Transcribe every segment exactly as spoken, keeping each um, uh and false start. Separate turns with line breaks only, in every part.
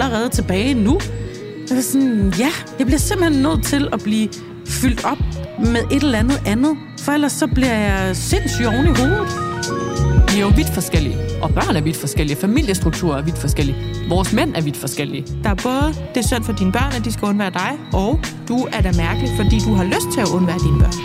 allerede tilbage nu. Jeg var sådan, ja, jeg bliver simpelthen nødt til at blive fyldt op med et eller andet andet, for ellers så bliver jeg sindssygt oven i hovedet.
Vi er jo vidt forskellige, og børn er vidt forskellige, familiestrukturer er vidt forskellige, vores mænd er vidt forskellige.
Der er både, det er synd for dine børn, at de skal undvære dig, og du er da mærkelig, fordi du har lyst til at undvære dine børn.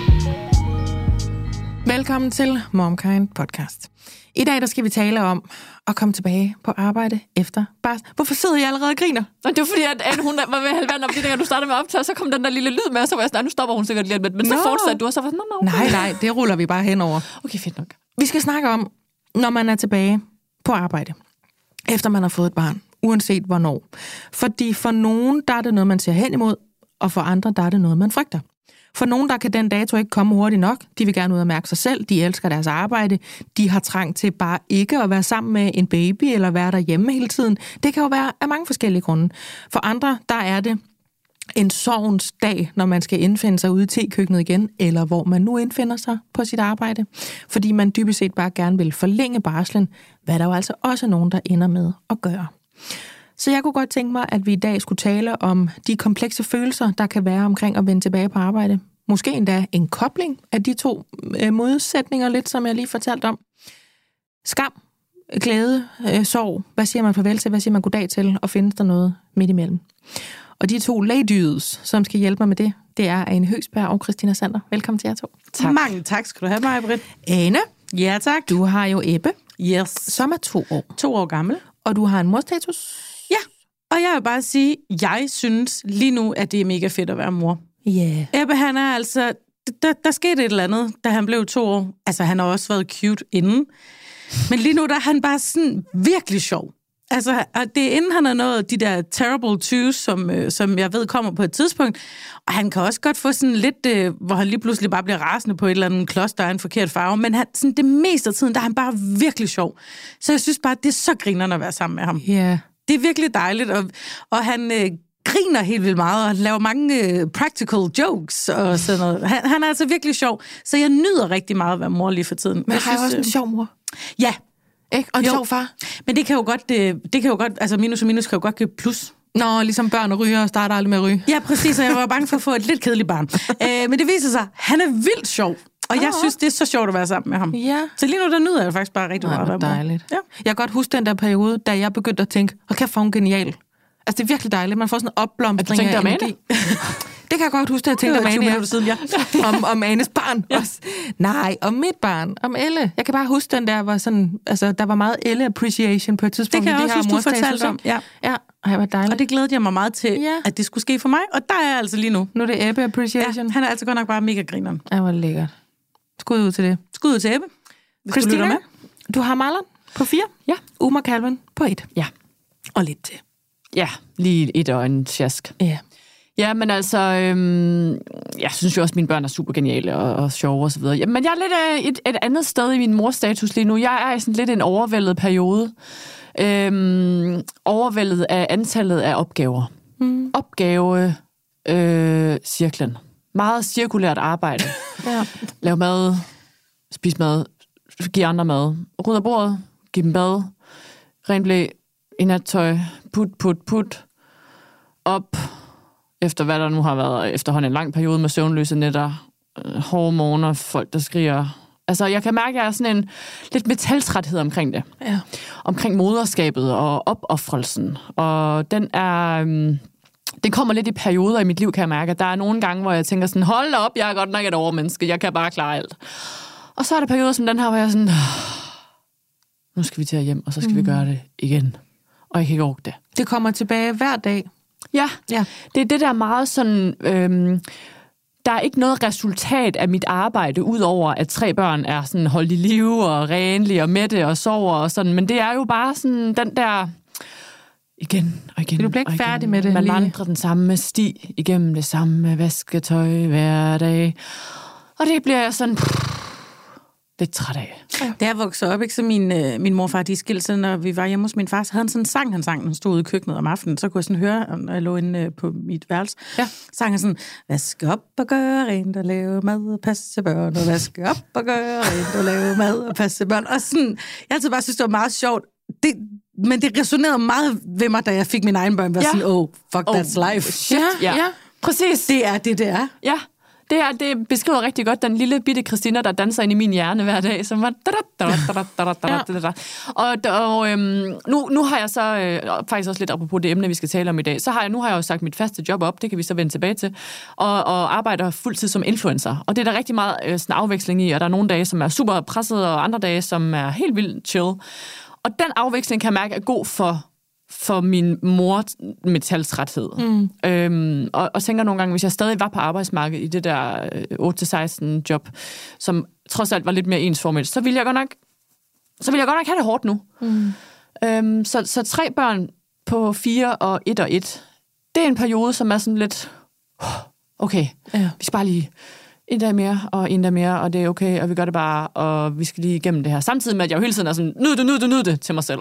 Velkommen til MomKind Podcast. I dag der skal vi tale om at komme tilbage på arbejde efter barsel. Hvorfor sidder jeg allerede og griner?
Nå, det var fordi, at Anne, hun var ved at hælde vand op, fordi dengang du startede med at optage, så kom den der lille lyd med, og så var jeg sådan, nu stopper hun sikkert lige lidt, men så fortsatte du, og så var sådan, nå, nå.
Nej, nej, det ruller vi bare henover.
Okay, fedt nok.
Vi skal snakke om, når man er tilbage på arbejde, efter man har fået et barn, uanset hvornår. Fordi for nogen, der er det noget, man ser hen imod, og for andre, der er det noget, man frygter. For nogen, der kan den dato ikke komme hurtigt nok. De vil gerne ud og mærke sig selv. De elsker deres arbejde. De har trang til bare ikke at være sammen med en baby eller være derhjemme hele tiden. Det kan jo være af mange forskellige grunde. For andre, der er det en sorgens dag, når man skal indfinde sig ude i tekøkkenet igen, eller hvor man nu indfinder sig på sit arbejde. Fordi man dybest set bare gerne vil forlænge barslen, hvad der jo altså også er nogen, der ender med at gøre. Så jeg kunne godt tænke mig, at vi i dag skulle tale om de komplekse følelser, der kan være omkring at vende tilbage på arbejde. Måske endda en kobling af de to øh, modsætninger lidt, som jeg lige fortalte om. Skam, glæde, øh, sorg. Hvad siger man farvel til? Hvad siger man goddag til? Og findes der noget midt imellem? Og de to ladies, som skal hjælpe mig med det, det er Ane Høgsberg og Christina Sander. Velkommen til jer to.
Tak. Mange tak skal du have, Maja-Britt.
Ane,
ja tak.
Du har jo Ebbe,
yes.
som er to år.
To år gammel.
Og du har en morstatus.
Ja, og jeg vil bare sige, jeg synes lige nu, at det er mega fedt at være mor.
Ja. Yeah.
Ebbe, han er altså... Der, der skete et eller andet, da han blev to år. Altså, han har også været cute inden. Men lige nu, der er han bare sådan virkelig sjov. Altså, det er inden han har nået de der terrible twos, som, øh, som jeg ved kommer på et tidspunkt. Og han kan også godt få sådan lidt, øh, hvor han lige pludselig bare bliver rasende på et eller andet klods, der er en forkert farve. Men han, sådan det meste af tiden, der er han bare virkelig sjov. Så jeg synes bare, det er så grinerende at være sammen med ham.
Ja. Yeah.
Det er virkelig dejligt, og, og han øh, griner helt vildt meget, og laver mange øh, practical jokes og sådan noget. Han, han er altså virkelig sjov, så jeg nyder rigtig meget at være mor lige for tiden.
Men jeg har synes, også en sjov mor.
Ja.
Ikke? Og en
jo.
sjov far.
Men det kan jo godt, det, det kan jo godt, altså minus og minus kan jo godt give plus.
Nå, ligesom børn og ryger og starter aldrig med at ryge.
Ja, præcis, og jeg var bange for at få et lidt kedeligt barn. Æ, men det viser sig, han er vildt sjov. Og jeg synes, det er så sjovt at være sammen med ham.
Ja.
Så lige nu, der nyder jeg faktisk bare rigtig meget.
Det er dejligt.
Ja.
Jeg kan godt huske den der periode, da jeg begyndte at tænke, hold kæft, for hun genial. Altså, det er virkelig dejligt. Man får sådan en opblomstring af energi. Det kan jeg godt huske, at jeg tænkte om Ane.
Ja. Siden, ja.
om, om Anes barn ja. Også. Nej, om mit barn. Om Elle. Jeg kan bare huske, den der var sådan, altså, der var meget Elle-appreciation på et tidspunkt.
Det kan jeg også huske, du fortalte om. Ja.
Ja, og jeg var dejligt.
Og det glædede jeg mig meget til, ja. At det skulle ske for mig. Og der er jeg altså lige nu.
Nu er det Ebbe-appreciation.
Ja, han er altså godt nok bare mega grineren.
Ja, hvor lækkert. Skud ud til det.
Skud ud til Ebbe.
Christina, du, med. Du har Marlon på fire.
Ja.
Uma Calvin på et.
Ja.
Og lidt til.
Ja, lige et og en sjask.
Ja.
Ja, men altså, øhm, jeg synes jo også, at mine børn er super geniale og, og sjove og så videre. Ja, men jeg er lidt øh, et, et andet sted i min morstatus lige nu. Jeg er i sådan lidt en overvældet periode. Øhm, overvældet af antallet af opgaver. Mm. Opgave øh, cirklen. Meget cirkulært arbejde.
Ja.
Lav mad, spis mad, give andre mad, rydde bordet, give dem bad, ren blæ, i nattøj, put, put, put, op, efter hvad der nu har været efterhånden en lang periode med søvnløse nætter, øh, hårde morgener, folk der skriger. Altså, jeg kan mærke, at jeg er sådan en lidt metaltræthed omkring det.
Ja.
Omkring moderskabet og opoffrelsen. Og den er... Øhm, det kommer lidt i perioder i mit liv, kan jeg mærke. Der er nogle gange, hvor jeg tænker sådan, hold da op, jeg er godt nok et overmenneske, jeg kan bare klare alt. Og så er der perioder som den her, hvor jeg er sådan, nu skal vi til at hjem, og så skal mm. vi gøre det igen. Og jeg kan ikke orke det.
Det kommer tilbage hver dag.
Ja, ja. Det er det der meget sådan... Øhm, der er ikke noget resultat af mit arbejde, udover at tre børn er sådan holdt i live og renlige og mætte og sover og sådan. Men det er jo bare sådan den der... Igen og igen.
Du bliver ikke færdig med det.
Man vandrer den samme sti igennem det samme vasketøj hver dag. Og det bliver jeg sådan... lidt træt af.
Ja. Da jeg voksede op, ikke, så min, øh, min morfar, de skilte sig, når vi var hjemme hos min far, så havde han sådan en sang, han sang, han stod ude i køkkenet om aftenen, så kunne jeg sådan høre, når jeg lå inde øh, på mit værelse, ja. sang han sådan, vask op og gøre rent og lave mad og passe børn, og vask op og gøre rent og lave mad og passe børn. Og sådan, jeg altid bare synes, det var meget sjovt. Det, men det resonerede meget ved mig, da jeg fik min egen børn. Var
Ja.
sådan, oh, fuck,
Oh,
that's life.
Shit,
Ja, ja.
Præcis.
Det er det, det er.
Ja, det, er, det beskriver rigtig godt den lille bitte Christina, der danser ind i min hjerne hver dag, som var... Ja. Og, og øhm, nu, nu har jeg så, øh, faktisk også lidt apropos det emne, vi skal tale om i dag, så har jeg, nu har jeg jo sagt mit faste job op, det kan vi så vende tilbage til, og, og arbejder fuldtid som influencer. Og det er der rigtig meget øh, sådan afveksling i, og der er nogle dage, som er super presset, og andre dage, som er helt vildt chill. Og den afveksling kan jeg mærke er god for... for min mor metaltræthed. Mm. Øhm, og, og tænker nogle gange, hvis jeg stadig var på arbejdsmarkedet i det der øh, otte til seksten job, som trods alt var lidt mere ensformigt, så ville jeg godt nok, så ville jeg godt nok have det hårdt nu. Mm. Øhm, så, så tre børn på fire og et og et, det er en periode, som er sådan lidt, okay, ja. Vi skal bare lige en dag mere, og en dag mere, og det er okay, og vi gør det bare, og vi skal lige igennem det her. Samtidig med, at jeg jo hele tiden er sådan, nyd det, nyd det, nyd det til mig selv.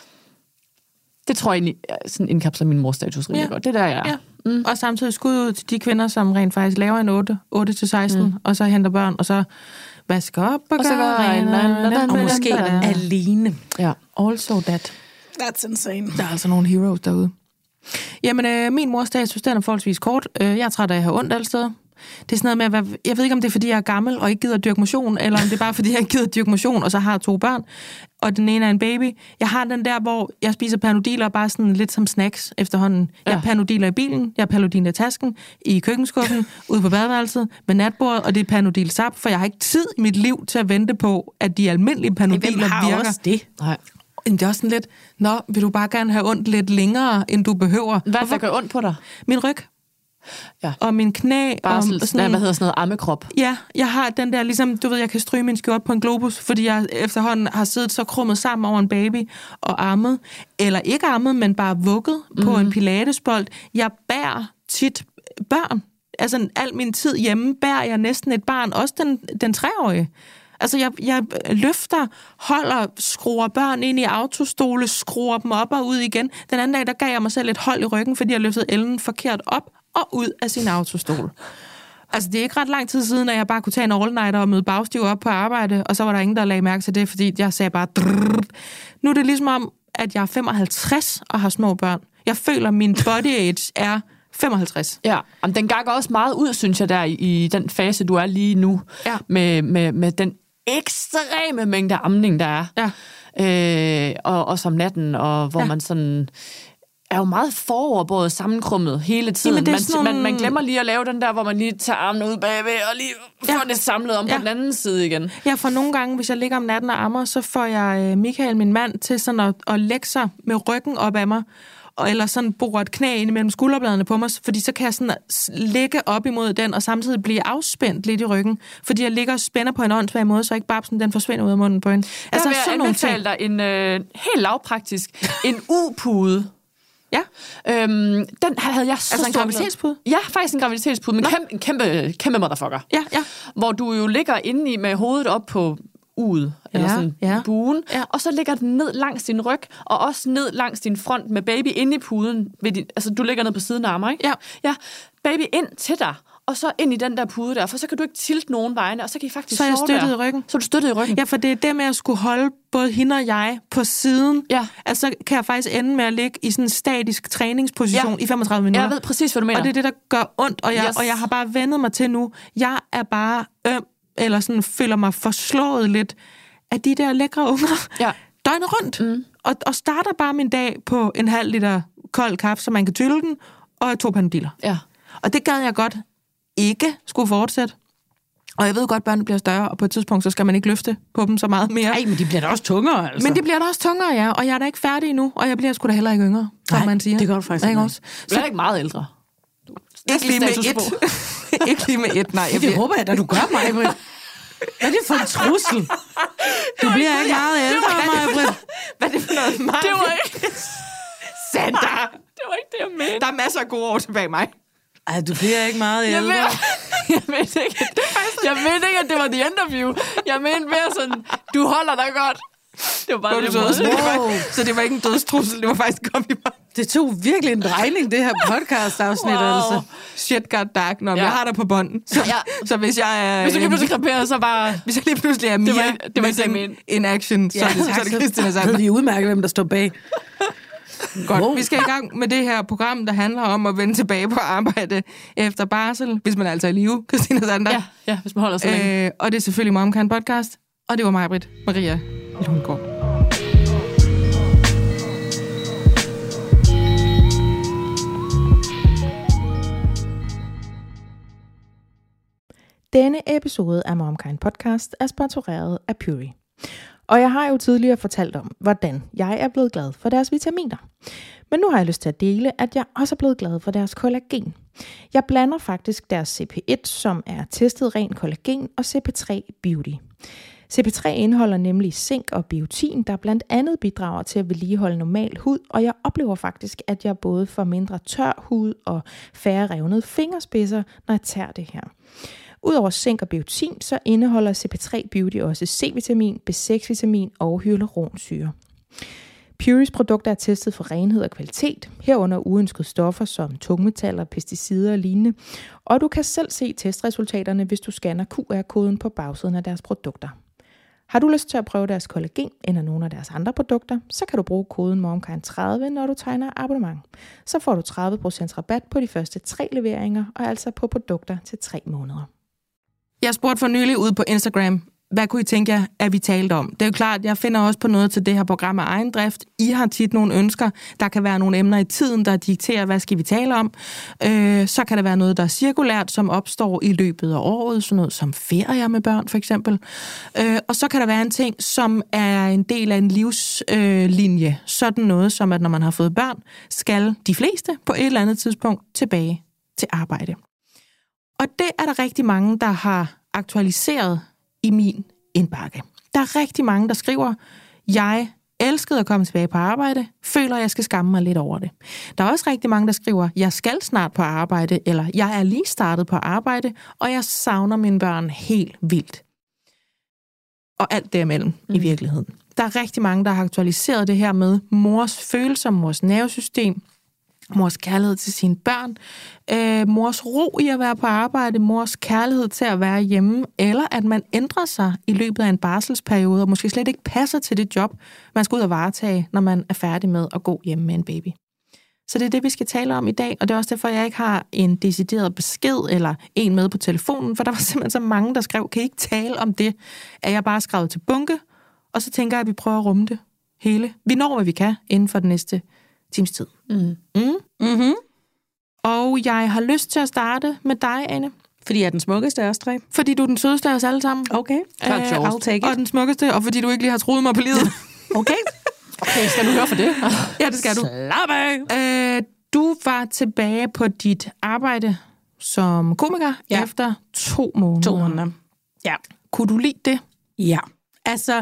Det tror jeg egentlig sådan indkapsler min morstatus rigtig ja. godt. Det der, jeg
ja. mm. Og samtidig skud ud til de kvinder, som rent faktisk laver en otte, otte til seksten, mm. og så henter børn, og så vasker op og, og gør
og måske alene.
Ja. Also that.
That's insane.
Der er altså nogle heroes derude. Jamen, øh, min morstatus, den er forholdsvis kort. Jeg er træt af at have ondt alle steder. Det er sådan noget med, at jeg ved ikke, om det er, fordi jeg er gammel og ikke gider dyrke motion, eller om det er bare, fordi jeg ikke gider dyrke motion, og så har jeg to børn, og den ene er en baby. Jeg har den der, hvor jeg spiser Panodiler bare sådan lidt som snacks efterhånden. Jeg har Panodiler i bilen, jeg har Panodiler i tasken, i køkkenskuffen, ude på badeværelset, med natbordet, og det er Panodil sap, for jeg har ikke tid i mit liv til at vente på, at de almindelige Panodiler virker.
Også det?
Nej. Det er også sådan lidt, nå, vil du bare gerne have ondt lidt længere, end du behøver?
Hvad der gør ondt på dig?
Min ryg. Ja. Og min knæ.
Barsel,
og sådan,
hvad hedder sådan noget, ammekrop?
Ja, jeg har den der, ligesom, du ved, jeg kan stryge min skjort på en globus, fordi jeg efterhånden har siddet så krummet sammen over en baby og ammet, eller ikke ammet, men bare vugget mm. på en pilatesbold. Jeg bærer tit børn. Altså, al min tid hjemme bærer jeg næsten et barn, også den, den treårige. Altså, jeg, jeg løfter, holder, skruer børn ind i autostole, skruer dem op og ud igen. Den anden dag, der gav jeg mig selv et hold i ryggen, fordi jeg løftede Ellen forkert op og ud af sin autostol. Altså, det er ikke ret lang tid siden, at jeg bare kunne tage en all-nighter og møde bagstiv op på arbejde, og så var der ingen, der lagde mærke til det, fordi jeg sagde bare... Drrr. Nu er det ligesom om, at jeg er femoghalvtreds og har små børn. Jeg føler, at min body age er femoghalvtreds.
Ja, men den gakker også meget ud, synes jeg, der i, i den fase, du er lige nu,
ja.
med, med, med den ekstreme mængde amning, der er.
Ja.
Øh, og også om natten, og hvor ja. man sådan... er jo meget foroverbåret sammenkrummet hele tiden.
Jamen,
man,
sådan...
man, man glemmer lige at lave den der, hvor man lige tager armen ud bagved, og lige får ja. det samlet om ja. på den anden side igen.
Ja, for nogle gange, hvis jeg ligger om natten og ammer, så får jeg Michael, min mand, til sådan at, at lægge sig med ryggen op af mig, og eller sådan bore et knæ ind imellem skulderbladene på mig, fordi så kan jeg sådan ligge op imod den, og samtidig blive afspændt lidt i ryggen, fordi jeg ligger og spænder på en åndssvag måde, så ikke bare sådan, den forsvinder ud af munden på en.
Altså, der vil jeg anbefale dig en øh, helt lavpraktisk, en u-pude.
Ja.
Øhm, den havde jeg så
altså en graviditetspude?
Ja, faktisk en graviditetspude, men kæmpe, en kæmpe, kæmpe motherfucker.
Ja, ja.
Hvor du jo ligger inde i med hovedet op på uget, eller
ja,
sådan
ja.
buen,
ja.
og så ligger den ned langs din ryg, og også ned langs din front med baby inde i puden. Ved din, altså, du ligger ned på siden af armer, ikke?
Ja.
Ja, baby ind til dig, og så ind i den der pude der, for så kan du ikke tilte nogen vegne, og så kan I faktisk
så er jeg støttet
der.
i ryggen.
Så er du støttet i ryggen.
Ja, for det er det med at skulle holde både hende og jeg på siden.
Ja.
Altså, kan jeg faktisk ende med at ligge i sådan en statisk træningsposition ja. i femogtredive minutter.
Jeg ved præcis, hvad du mener.
Og det er det, der gør ondt, og jeg, yes. og jeg har bare vendet mig til nu. Jeg er bare øm, eller sådan føler mig forslået lidt af de der lækre unger.
Ja.
Døgnet rundt.
Mm.
Og, og starter bare min dag på en halv liter kold kaffe, så man kan tylle den, og to Panodiler.
Ja.
Og det gad jeg godt ikke skulle fortsætte. Og jeg ved godt, at børnene bliver større, og på et tidspunkt, så skal man ikke løfte på dem så meget mere.
Nej, men de bliver da også tungere, altså.
Men de bliver da også tungere, ja. Og jeg er da ikke færdig endnu, og jeg bliver sgu da heller ikke yngre, som
Nej,
man siger.
det gør du faktisk ikke.
Også. Du bliver ikke meget ældre.
Ikke lige med et. Ikke lige med et, nej.
Det bliver... håber jeg da, du gør, mig, Britt. Hvad er det for en trussel? Du bliver ikke meget ældre, mig, Britt.
Hvad er det for noget, mig?
Det var ikke...
Sandra!
Det var ikke det, jeg mente.
Der er masser af gode år tilbage mig.
Ej, du bliver ikke meget ældre.
Jeg, jeg mente ikke, jeg mente ikke, at det var the interview. Jeg mente mere sådan, du holder dig godt. Det var bare
Hvor
det,
du så, så, det
Wow.
var, så det var ikke en dødstrussel, det var faktisk en kompliment.
Det tog virkelig en drejning, det her podcast-afsnit,
Wow.
altså.
Shit got dark. Nå, ja.
Ja.
Jeg har dig på bånd. Så,
Ja.
så hvis jeg er...
Hvis du lige
øh,
pludselig kreperer, så bare...
Hvis jeg lige pludselig er Mia,
Det var ikke- det var ikke det, jeg
missing
mente.
in action, så, er det, så er det Christina
Så
Sander.
ved vi udmærket, hvem der står bag.
Godt.
Wow.
Vi skal i gang med det her program, der handler om at vende tilbage på arbejde efter barsel, hvis man altså er i live, Christina Sander.
Ja, ja, hvis man holder så længe.
Øh, og det er selvfølgelig MomKind Podcast, og det var mig, Britt Maria Lundgaard. Denne episode af MomKind Podcast er sponsoreret af Pury. Og jeg har jo tidligere fortalt om, hvordan jeg er blevet glad for deres vitaminer. Men nu har jeg lyst til at dele, at jeg også er blevet glad for deres kollagen. Jeg blander faktisk deres C P et, som er testet ren kollagen, og C P tre Beauty. C P tre indeholder nemlig zink og biotin, der blandt andet bidrager til at vedligeholde normal hud, og jeg oplever faktisk, at jeg både får mindre tør hud og færre revnede fingerspidser, når jeg tager det her. Udover zink og biotin, så indeholder C P tre Beauty også C-vitamin, B seks vitamin og hyaluronsyre. Purys produkter er testet for renhed og kvalitet, herunder uønskede stoffer som tungmetaller, pesticider og lignende, og du kan selv se testresultaterne, hvis du scanner Q R-koden på bagsiden af deres produkter. Har du lyst til at prøve deres kollagen eller nogle af deres andre produkter, så kan du bruge koden MomKind tredive, når du tegner abonnement. Så får du tredive procent rabat på de første tre leveringer, og altså på produkter til tre måneder. Jeg spurgte for nylig ud på Instagram, hvad kunne I tænke jer, at vi talte om? Det er jo klart, jeg finder også på noget til det her program af egen drift. I har tit nogle ønsker. Der kan være nogle emner i tiden, der dikterer, hvad skal vi tale om. Øh, så kan der være noget, der er cirkulært, som opstår i løbet af året. Sådan noget som ferier med børn, for eksempel. Øh, og så kan der være en ting, som er en del af en livslinje. Øh, Sådan noget som, at når man har fået børn, skal de fleste på et eller andet tidspunkt tilbage til arbejde. Og det er der rigtig mange, der har aktualiseret i min indbakke. Der er rigtig mange, der skriver, jeg elskede at komme tilbage på arbejde, føler, at jeg skal skamme mig lidt over det. Der er også rigtig mange, der skriver, jeg skal snart på arbejde, eller jeg er lige startet på arbejde, og jeg savner mine børn helt vildt. Og alt derimellem mm. i virkeligheden. Der er rigtig mange, der har aktualiseret det her med mors følelser, mors nervesystem, mors kærlighed til sine børn, øh, mors ro i at være på arbejde, mors kærlighed til at være hjemme, eller at man ændrer sig i løbet af en barselsperiode, og måske slet ikke passer til det job, man skal ud og varetage, når man er færdig med at gå hjemme med en baby. Så det er det, vi skal tale om i dag, og det er også derfor, jeg ikke har en decideret besked eller en med på telefonen, for der var simpelthen så mange, der skrev, kan I ikke tale om det, at jeg bare skrev til bunke, og så tænker jeg, at vi prøver at rumme det hele. Vi når, hvad vi kan inden for den næste times tid.
Mm.
Mm.
Mm-hmm.
Og jeg har lyst til at starte med dig, Anne.
Fordi jeg er den smukkeste af os tre.
Fordi du er den sødeste af os alle sammen.
Okay,
Klart
Øh,
sjovest.
I'll take it.
Og den smukkeste, og fordi du ikke lige har troet mig på livet.
Okay.
Okay, skal du høre for det?
Ja, det skal du.
Slap af.
Øh, du var tilbage på dit arbejde som komiker
Ja.
efter to måneder.
To måneder. Ja.
Kunne du lide det?
Ja. Altså,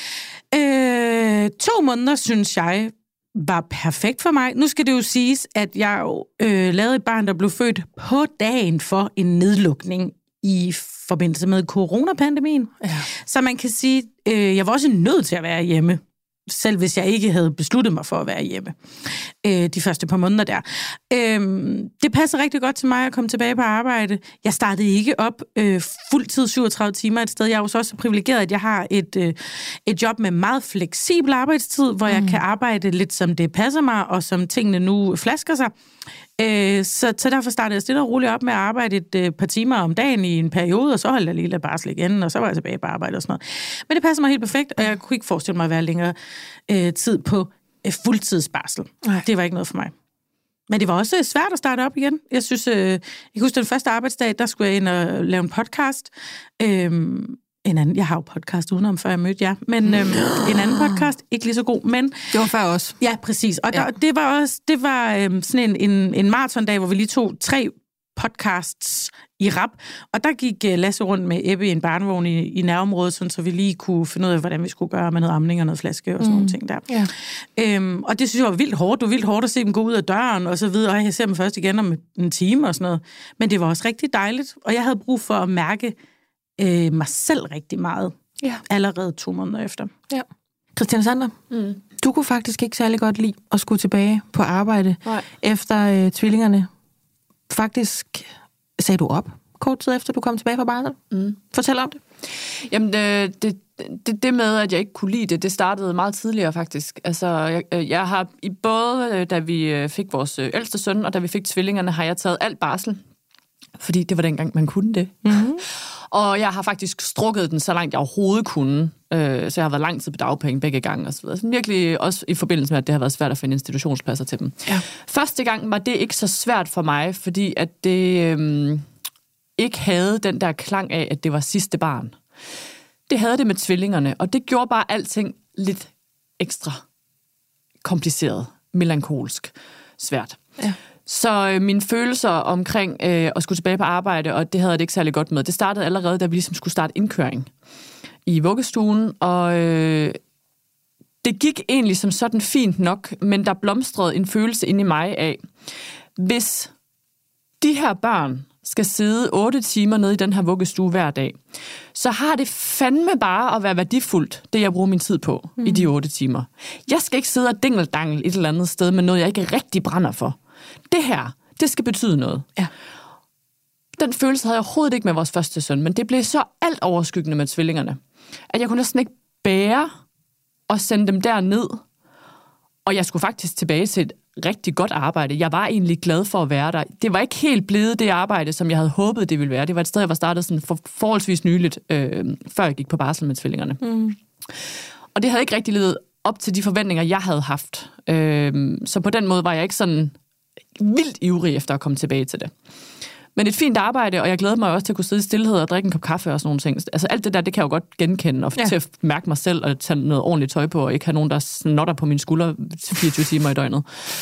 øh, to måneder, synes jeg, var perfekt for mig. Nu skal det jo siges, at jeg jo, øh, lavede et barn, der blev født på dagen for en nedlukning i forbindelse med coronapandemien.
Ja.
Så man kan sige, øh, jeg var også nødt til at være hjemme, selv hvis jeg ikke havde besluttet mig for at være hjemme øh, de første par måneder der. Øh, det passer rigtig godt til mig at komme tilbage på arbejde. Jeg startede ikke op øh, fuldtid syvogtredive timer et sted. Jeg er jo også så privilegeret, at jeg har et, øh, et job med meget fleksibel arbejdstid, hvor jeg mm. kan arbejde lidt som det passer mig, og som tingene nu flasker sig. Øh, så, så derfor startede jeg stille og roligt op med at arbejde et øh, par timer om dagen i en periode, og så holdt jeg lige lidt barsel igen, og så var jeg tilbage på arbejde og sådan noget. Men det passer mig helt perfekt, og jeg kunne ikke forestille mig at være længere øh, tid på øh, fuldtidsbarsel. Nej. Det var ikke noget for mig. Men det var også svært at starte op igen. Jeg synes, øh, jeg kan huske den første arbejdsdag, der skulle jeg ind og lave en podcast. Øh, En anden, jeg har jo podcast udenom, før jeg mødte jer, men øhm, en anden podcast, ikke lige så god, men...
Det var før os.
Ja, præcis. Og der,
Ja.
det var også det var øhm, sådan en, en, en maratondag, hvor vi lige tog tre podcasts i rap, og der gik uh, Lasse rundt med Ebbe i en barnevogn i, i nærområdet, sådan, så vi lige kunne finde ud af, hvordan vi skulle gøre med noget amning og noget flaske og sådan mm. nogle ting der.
Ja.
Øhm, og det synes jeg var vildt hårdt. Det var vildt hårdt at se dem gå ud af døren og så videre, og jeg ser dem først igen om en time og sådan noget. Men det var også rigtig dejligt, og jeg havde brug for at mærke øh, mig selv rigtig meget,
Ja.
allerede to måneder efter.
Ja. Christiane Sander, mm. du kunne faktisk ikke særlig godt lide at skulle tilbage på arbejde,
Nej. efter
øh, tvillingerne. Faktisk sagde du op kort tid efter, du kom tilbage fra barsel. Mm. Fortæl om det.
Jamen, det, det, det, det med, at jeg ikke kunne lide det, det startede meget tidligere faktisk. Altså, jeg, jeg har i både, da vi fik vores ældste søn, og da vi fik tvillingerne, har jeg taget alt barsel. Fordi det var dengang, man kunne det. Mm-hmm. Og jeg har faktisk strukket den så langt, jeg overhovedet kunne. Øh, så jeg har været lang tid på dagpenge begge gange og så videre. Så virkelig også i forbindelse med, at det har været svært at finde institutionspladser til dem. Ja. Første gang var det ikke så svært for mig, fordi at det øh, ikke havde den der klang af, at det var sidste barn. Det havde det med tvillingerne, og det gjorde bare alting lidt ekstra kompliceret, melankolsk, svært. Ja. Så øh, mine følelser omkring øh, at skulle tilbage på arbejde, og det havde jeg det ikke særlig godt med, det startede allerede, da vi ligesom skulle starte indkøring i vuggestuen, og øh, det gik egentlig som sådan fint nok, men der blomstrede en følelse inde i mig af, hvis de her børn skal sidde otte timer nede i den her vuggestue hver dag, så har det fandme bare at være værdifuldt, det jeg bruger min tid på mm. i de otte timer. Jeg skal ikke sidde og dingeldangel et eller andet sted med noget, jeg ikke rigtig brænder for. Det her, det skal betyde noget. Ja. Den følelse havde jeg overhovedet ikke med vores første søn, men det blev så alt overskyggende med tvillingerne, at jeg kunne næsten ikke bære at sende dem derned, og jeg skulle faktisk tilbage til et rigtig godt arbejde. Jeg var egentlig glad for at være der. Det var ikke helt blevet det arbejde, som jeg havde håbet, det ville være. Det var et sted, jeg var startet sådan for, forholdsvis nyligt, øh, før jeg gik på barsel med tvillingerne. Mm. Og det havde ikke rigtig levet op til de forventninger, jeg havde haft. Øh, så på den måde var jeg ikke sådan vildt ivrig efter at komme tilbage til det. Men et fint arbejde, og jeg glæder mig også til at kunne sidde i stillhed og drikke en kop kaffe og sådan nogle ting. Altså alt det der, det kan jeg jo godt genkende, og ja. til at mærke mig selv og tage noget ordentligt tøj på, og ikke have nogen, der snotter på mine skuldre fireogtyve timer i døgnet.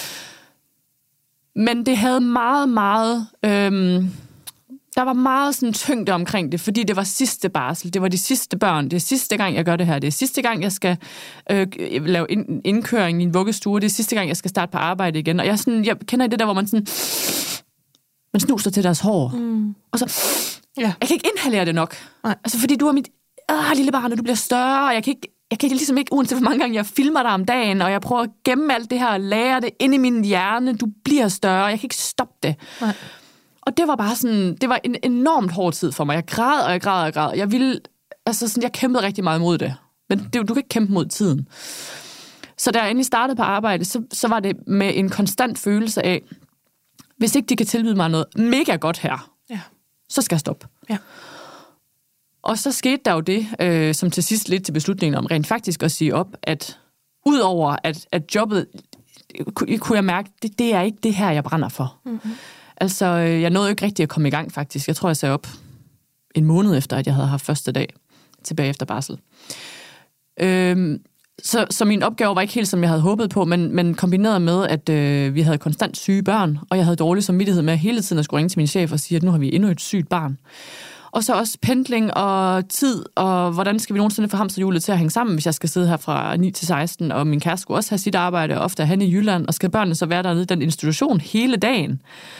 Men det havde meget, meget... Øhm, der var meget sådan tyngde omkring det, fordi det var sidste barsel, det var de sidste børn, det er sidste gang, jeg gør det her, det er sidste gang, jeg skal øh, lave ind, indkøring i en vuggestue, det er sidste gang, jeg skal starte på arbejde igen. Og jeg, sådan, jeg kender det der, hvor man sådan... Man snuser til deres hår. Mm. Og så... Ja. Jeg kan ikke inhalere det nok. Nej. Altså, fordi du er mit øh, lille barn, og du bliver større, og jeg kan ikke... Jeg kan ligesom ikke, uanset hvor mange gange jeg filmer dig om dagen, og jeg prøver at gemme alt det her og lære det ind i min hjerne. Du bliver større, jeg kan ikke stoppe det. Nej. Og det var bare sådan, det var en enormt hård tid for mig. Jeg græd, og jeg græd, og jeg græd. Jeg ville, altså sådan, jeg kæmpede rigtig meget mod det. Men det, du kan ikke kæmpe mod tiden. Så da jeg endelig startede på arbejde, så, så var det med en konstant følelse af, hvis ikke de kan tilbyde mig noget mega godt her, ja. så skal jeg stoppe. Ja. Og så skete der jo det, øh, som til sidst lidt til beslutningen om rent faktisk at sige op, at udover at, at jobbet, kunne jeg mærke, det, det er ikke det her, jeg brænder for. Mm-hmm. Altså, jeg nåede ikke rigtig at komme i gang faktisk. Jeg tror, jeg sagde op en måned efter, at jeg havde haft første dag tilbage efter barsel. Øhm, så, så min opgave var ikke helt, som jeg havde håbet på, men, men kombineret med, at øh, vi havde konstant syge børn, og jeg havde dårlig samvittighed med hele tiden at skulle ringe til min chef og sige, at nu har vi endnu et sygt barn. Og så også pendling og tid, og hvordan skal vi nogensinde få hamsterhjulet til at hænge sammen, hvis jeg skal sidde her fra ni til seksten, og min kæreste skulle også have sit arbejde, og ofte er han i Jylland, og skal børnene så være dernede i den institution hele dagen.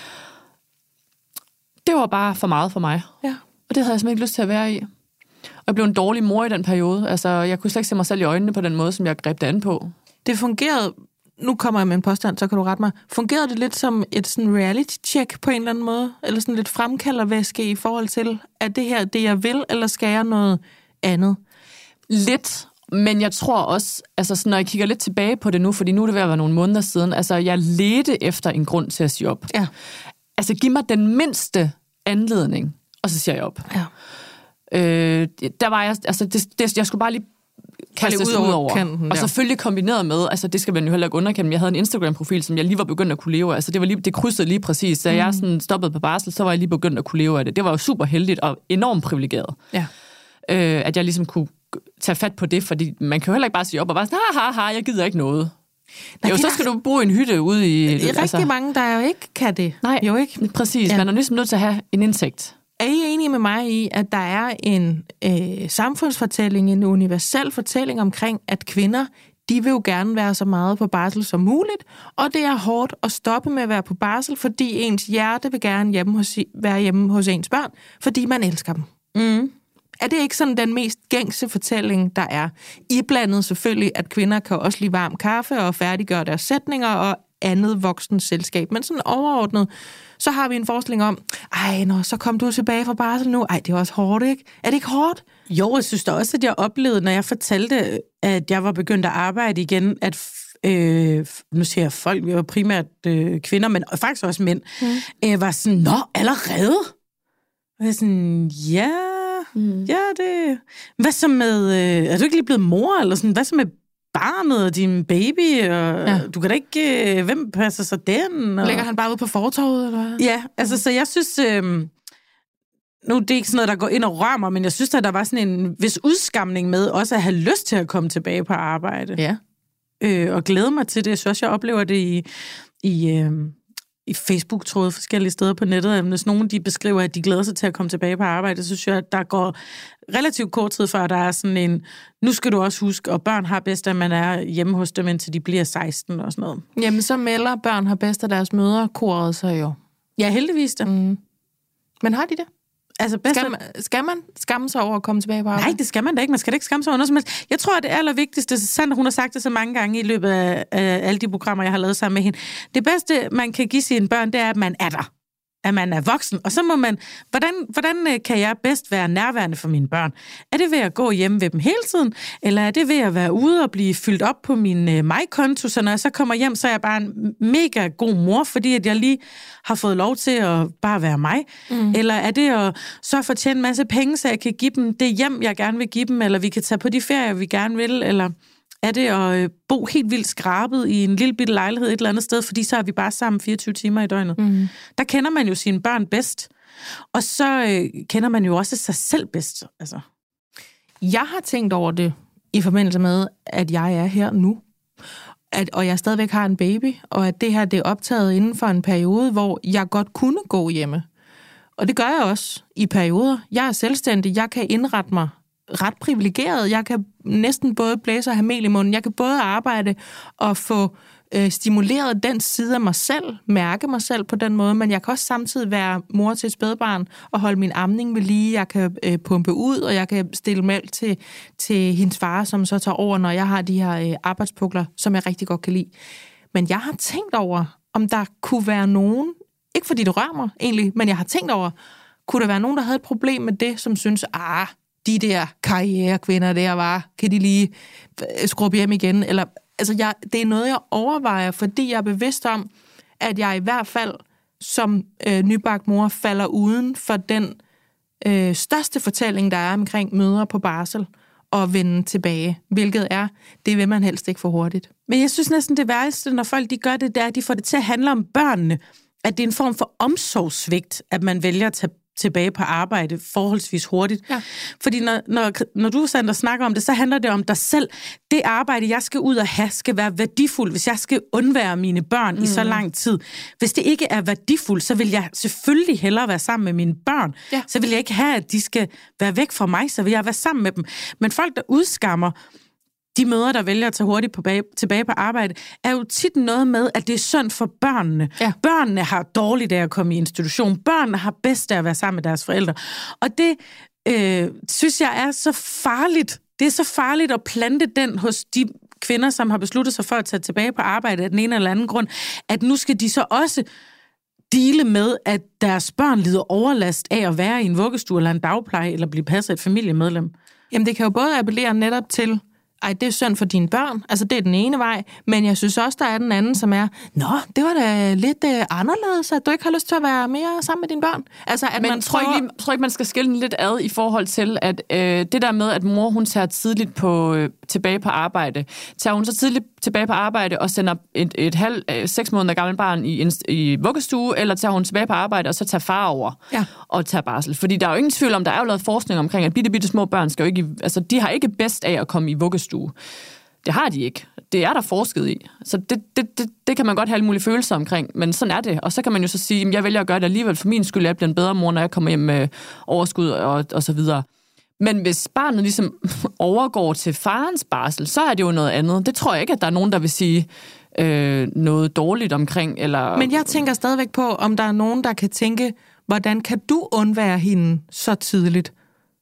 Det var bare for meget for mig. Ja. Og det havde jeg simpelthen ikke lyst til at være i. Og jeg blev en dårlig mor i den periode. Altså, jeg kunne slet ikke se mig selv i øjnene på den måde, som jeg greb det an på.
Det fungerede, nu kommer jeg med en påstand, så kan du rette mig. Fungerede det lidt som et sådan reality-check på en eller anden måde? Eller sådan lidt fremkaldervæske i forhold til, at det her det, jeg vil, eller skal jeg noget andet?
Lidt, men jeg tror også, altså sådan, når jeg kigger lidt tilbage på det nu, fordi nu er det ved at være nogle måneder siden, altså jeg ledte efter en grund til at sige op. Ja. Altså, giv mig den mindste anledning, og så siger jeg op. Ja. Øh, der var jeg, altså, det, det, jeg skulle bare lige kastes ud over. Kanten, og selvfølgelig kombineret med, altså, det skal man jo heller ikke underkende, jeg havde en Instagram-profil, som jeg lige var begyndt at kunne leve af. Altså, det, var lige, det krydsede lige præcis. Da mm. jeg sådan stoppede på barsel, så var jeg lige begyndt at kunne leve af det. Det var jo super heldigt og enormt privilegeret. Ja. Øh, at jeg ligesom kunne tage fat på det, fordi man kan jo heller ikke bare sige op og bare sådan, ha, ha, ha, jeg gider ikke noget. Nej, jo, så skal du bo i en hytte ude i...
Det er rigtig altså, mange, der jo ikke kan det.
Nej,
jo ikke.
Præcis. Ja. Man er ligesom nødt til at have en indsigt.
Er I enige med mig i, at der er en øh, samfundsfortælling, en universel fortælling omkring, at kvinder, de vil jo gerne være så meget på barsel som muligt, og det er hårdt at stoppe med at være på barsel, fordi ens hjerte vil gerne hjemme hos, være hjemme hos ens børn, fordi man elsker dem. Mm. Er det ikke sådan den mest gængse fortælling, der er? Iblandet selvfølgelig, at kvinder kan også lide varm kaffe og færdiggøre deres sætninger og andet voksent selskab. Men sådan overordnet, så har vi en forestilling om, ej, nå, så kom du tilbage fra barsel nu. Ej, det er også hårdt, ikke? Er det ikke hårdt?
Jo, jeg synes da også, at jeg oplevede, når jeg fortalte, at jeg var begyndt at arbejde igen, at øh, nu siger jeg folk, vi var primært øh, kvinder, men faktisk også mænd, mm. øh, var sådan, nå, allerede? Og jeg er sådan, ja, mm. ja, det... Hvad så med... Øh, er du ikke lige blevet mor, eller sådan? Hvad så med barnet og din baby? Og, ja. Du kan da ikke... Øh, hvem passer så den? Og...
Lægger han bare ud på fortovet, eller hvad?
Ja, altså, så jeg synes... Øh, nu det er ikke sådan noget, der går ind og rører mig, men jeg synes, at der var sådan en vis udskamning med også at have lyst til at komme tilbage på arbejde.
Ja.
Øh, og glæde mig til det. Jeg synes også, jeg oplever det i... i øh, i Facebook-tråde forskellige steder på nettet, hvis nogen de beskriver, at de glæder sig til at komme tilbage på arbejde, så synes jeg, at der går relativt kort tid før, der er sådan en, nu skal du også huske, og børn har bedst, at man er hjemme hos dem, indtil de bliver seksten og sådan noget.
Jamen, så melder børn har bedst af deres mødre koret sig jo.
Ja, heldigvis det. Mm.
Men har de det?
Altså bedst
skal, man, skal man skamme sig over at komme tilbage på arbejde?
Nej, det skal man da ikke. Man skal da ikke skamme sig over noget som helst. Jeg tror, at det allervigtigste, Sandra, hun har sagt det så mange gange i løbet af, af alle de programmer, jeg har lavet sammen med hende. Det bedste, man kan give sine børn, det er, at man er der. At man er voksen. Og så må man, hvordan, hvordan kan jeg bedst være nærværende for mine børn? Er det ved at gå hjem ved dem hele tiden? Eller er det ved at være ude og blive fyldt op på min uh, mig-konto, så når jeg så kommer hjem, så er jeg bare en mega god mor, fordi at jeg lige har fået lov til at bare være mig? Mm. Eller er det at så få tjene en masse penge, så jeg kan give dem det hjem, jeg gerne vil give dem, eller vi kan tage på de ferier, vi gerne vil, eller... Er det at bo helt vildt skrabet i en lille bitte lejlighed et eller andet sted, fordi så er vi bare sammen fireogtyve timer i døgnet. Mm. Der kender man jo sine børn bedst, og så øh, kender man jo også sig selv bedst. Altså.
Jeg har tænkt over det i forbindelse med, at jeg er her nu, at, og jeg stadigvæk har en baby, og at det her det er optaget inden for en periode, hvor jeg godt kunne gå hjemme. Og det gør jeg også i perioder. Jeg er selvstændig, jeg kan indrette mig ret privilegeret. Jeg kan næsten både blæse og have mel i munden. Jeg kan både arbejde og få øh, stimuleret den side af mig selv, mærke mig selv på den måde, men jeg kan også samtidig være mor til et spædbarn og holde min amning ved lige. Jeg kan øh, pumpe ud, og jeg kan stille mælk til, til hendes far, som så tager over, når jeg har de her øh, arbejdspukler, som jeg rigtig godt kan lide. Men jeg har tænkt over, om der kunne være nogen, ikke fordi det rører mig egentlig, men jeg har tænkt over, kunne der være nogen, der havde et problem med det, som synes, ah, de der karrierekvinder der var, kan de lige skrubbe hjem igen? Eller, altså jeg, det er noget, jeg overvejer, fordi jeg er bevidst om, at jeg i hvert fald som øh, nybagt mor falder uden for den øh, største fortælling, der er omkring mødre på barsel og vende tilbage, hvilket er, det vil man helst ikke for hurtigt.
Men jeg synes næsten det værste, når folk de gør det der, de får det til at handle om børnene, at det er en form for omsorgssvigt, at man vælger at tage tilbage på arbejde forholdsvis hurtigt. Ja. Fordi når, når, når du, Sandra, snakker om det, så handler det om dig selv. Det arbejde, jeg skal ud og have, skal være værdifuldt, hvis jeg skal undvære mine børn mm. i så lang tid. Hvis det ikke er værdifuldt, så vil jeg selvfølgelig hellere være sammen med mine børn. Ja. Så vil jeg ikke have, at de skal være væk fra mig, så vil jeg være sammen med dem. Men folk, der udskammer de mødre, der vælger at tage hurtigt på bag, tilbage på arbejde, er jo tit noget med, at det er synd for børnene. Ja. Børnene har dårligt af at komme i institution. Børnene har bedst af at være sammen med deres forældre. Og det øh, synes jeg er så farligt. Det er så farligt at plante den hos de kvinder, som har besluttet sig for at tage tilbage på arbejde af den ene eller anden grund, at nu skal de så også dele med, at deres børn lider overlast af at være i en vuggestue eller en dagpleje, eller blive passet af et familiemedlem.
Jamen det kan jo både appellere netop til, ej, det er synd for dine børn. Altså, det er den ene vej. Men jeg synes også, der er den anden, som er, nå, det var da lidt øh, anderledes, at du ikke har lyst til at være mere sammen med dine børn. Altså, at
men
man
tror,
prøver...
ikke, tror ikke, man skal skille den lidt ad i forhold til, at øh, det der med, at mor, hun tager tidligt på, øh, tilbage på arbejde. Tager hun så tidligt tilbage på arbejde og sender et, et halv, øh, seks måneder gammel barn i, en, i vuggestue, eller tager hun tilbage på arbejde og så tager far over ja. og tager barsel. Fordi der er jo ingen tvivl om, der er jo lavet forskning omkring, at bitte, bitte små børn skal jo ikke, altså, de har ikke bedst af at komme i vuggestue. Det har de ikke. Det er der forsket i. Så det, det, det, det kan man godt have alle mulige følelser omkring, men sådan er det. Og så kan man jo så sige, at jeg vælger at gøre det alligevel for min skyld, at jeg bliver en bedre mor, når jeg kommer hjem med overskud og, og så videre. Men hvis barnet ligesom overgår til farens barsel, så er det jo noget andet. Det tror jeg ikke, at der er nogen, der vil sige øh, noget dårligt omkring. Eller...
Men jeg tænker stadigvæk på, om der er nogen, der kan tænke, hvordan kan du undvære hende så tidligt?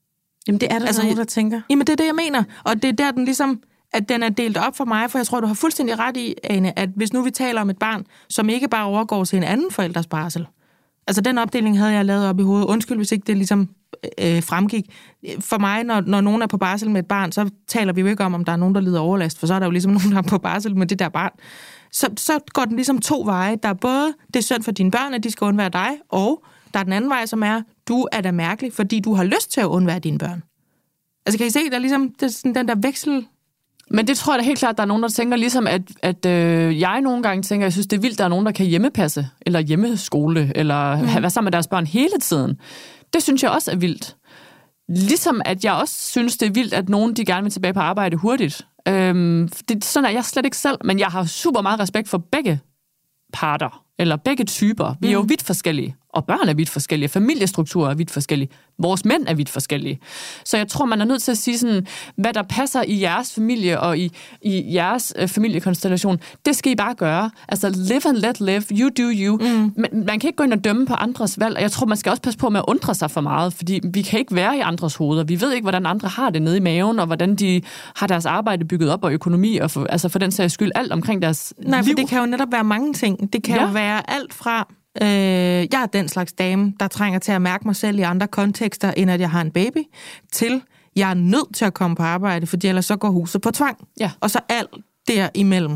Jamen, det er der altså, nogen, der tænker.
Jamen, det er det, jeg mener. Og det er der, den ligesom, at den er delt op for mig, for jeg tror, du har fuldstændig ret i, Ane, at hvis nu vi taler om et barn, som ikke bare overgår til en anden forældres barsel. Altså, den opdeling havde jeg lavet op i hovedet. Undskyld, hvis ikke det ligesom øh, fremgik. For mig, når, når nogen er på barsel med et barn, så taler vi jo ikke om, om der er nogen, der lider overlast, for så er der jo ligesom nogen, der er på barsel med det der barn. Så, så går den ligesom to veje. Der er både, det er synd for dine børn, at de skal undvære dig, og der er den anden vej, som er, du er da mærkelig, fordi du har lyst til at undvære dine børn. Altså, kan I se, der er ligesom det er sådan den der veksel.
Men det tror jeg da helt klart, der er nogen, der tænker ligesom, at, at øh, jeg nogle gange tænker, jeg synes, det er vildt, der er nogen, der kan hjemmepasse, eller hjemmeskole, eller mm. have været sammen med deres børn hele tiden. Det synes jeg også er vildt. Ligesom at jeg også synes, det er vildt, at nogen, de gerne vil tilbage på arbejde hurtigt. Øhm, det, sådan er jeg slet ikke selv, men jeg har super meget respekt for begge parter, eller begge typer. Vi er jo mm. vidt forskellige, og børn er vidt forskellige, familiestrukturer er vidt forskellige, vores mænd er vidt forskellige. Så jeg tror, man er nødt til at sige sådan, hvad der passer i jeres familie og i, i jeres øh, familiekonstellation, det skal I bare gøre. Altså, live and let live, you do you. Mm. Men man kan ikke gå ind og dømme på andres valg, og jeg tror, man skal også passe på med at undre sig for meget, fordi vi kan ikke være i andres hoveder. Vi ved ikke, hvordan andre har det nede i maven, og hvordan de har deres arbejde bygget op, og økonomi, og for, altså for den sags skyld, alt omkring deres
Nej,
liv.
for det kan jo netop være mange ting. Det kan ja. jo være alt fra Øh, jeg er den slags dame, der trænger til at mærke mig selv i andre kontekster, end at jeg har en baby, til jeg er nødt til at komme på arbejde, fordi ellers så går huset på tvang.
Ja.
Og så alt derimellem.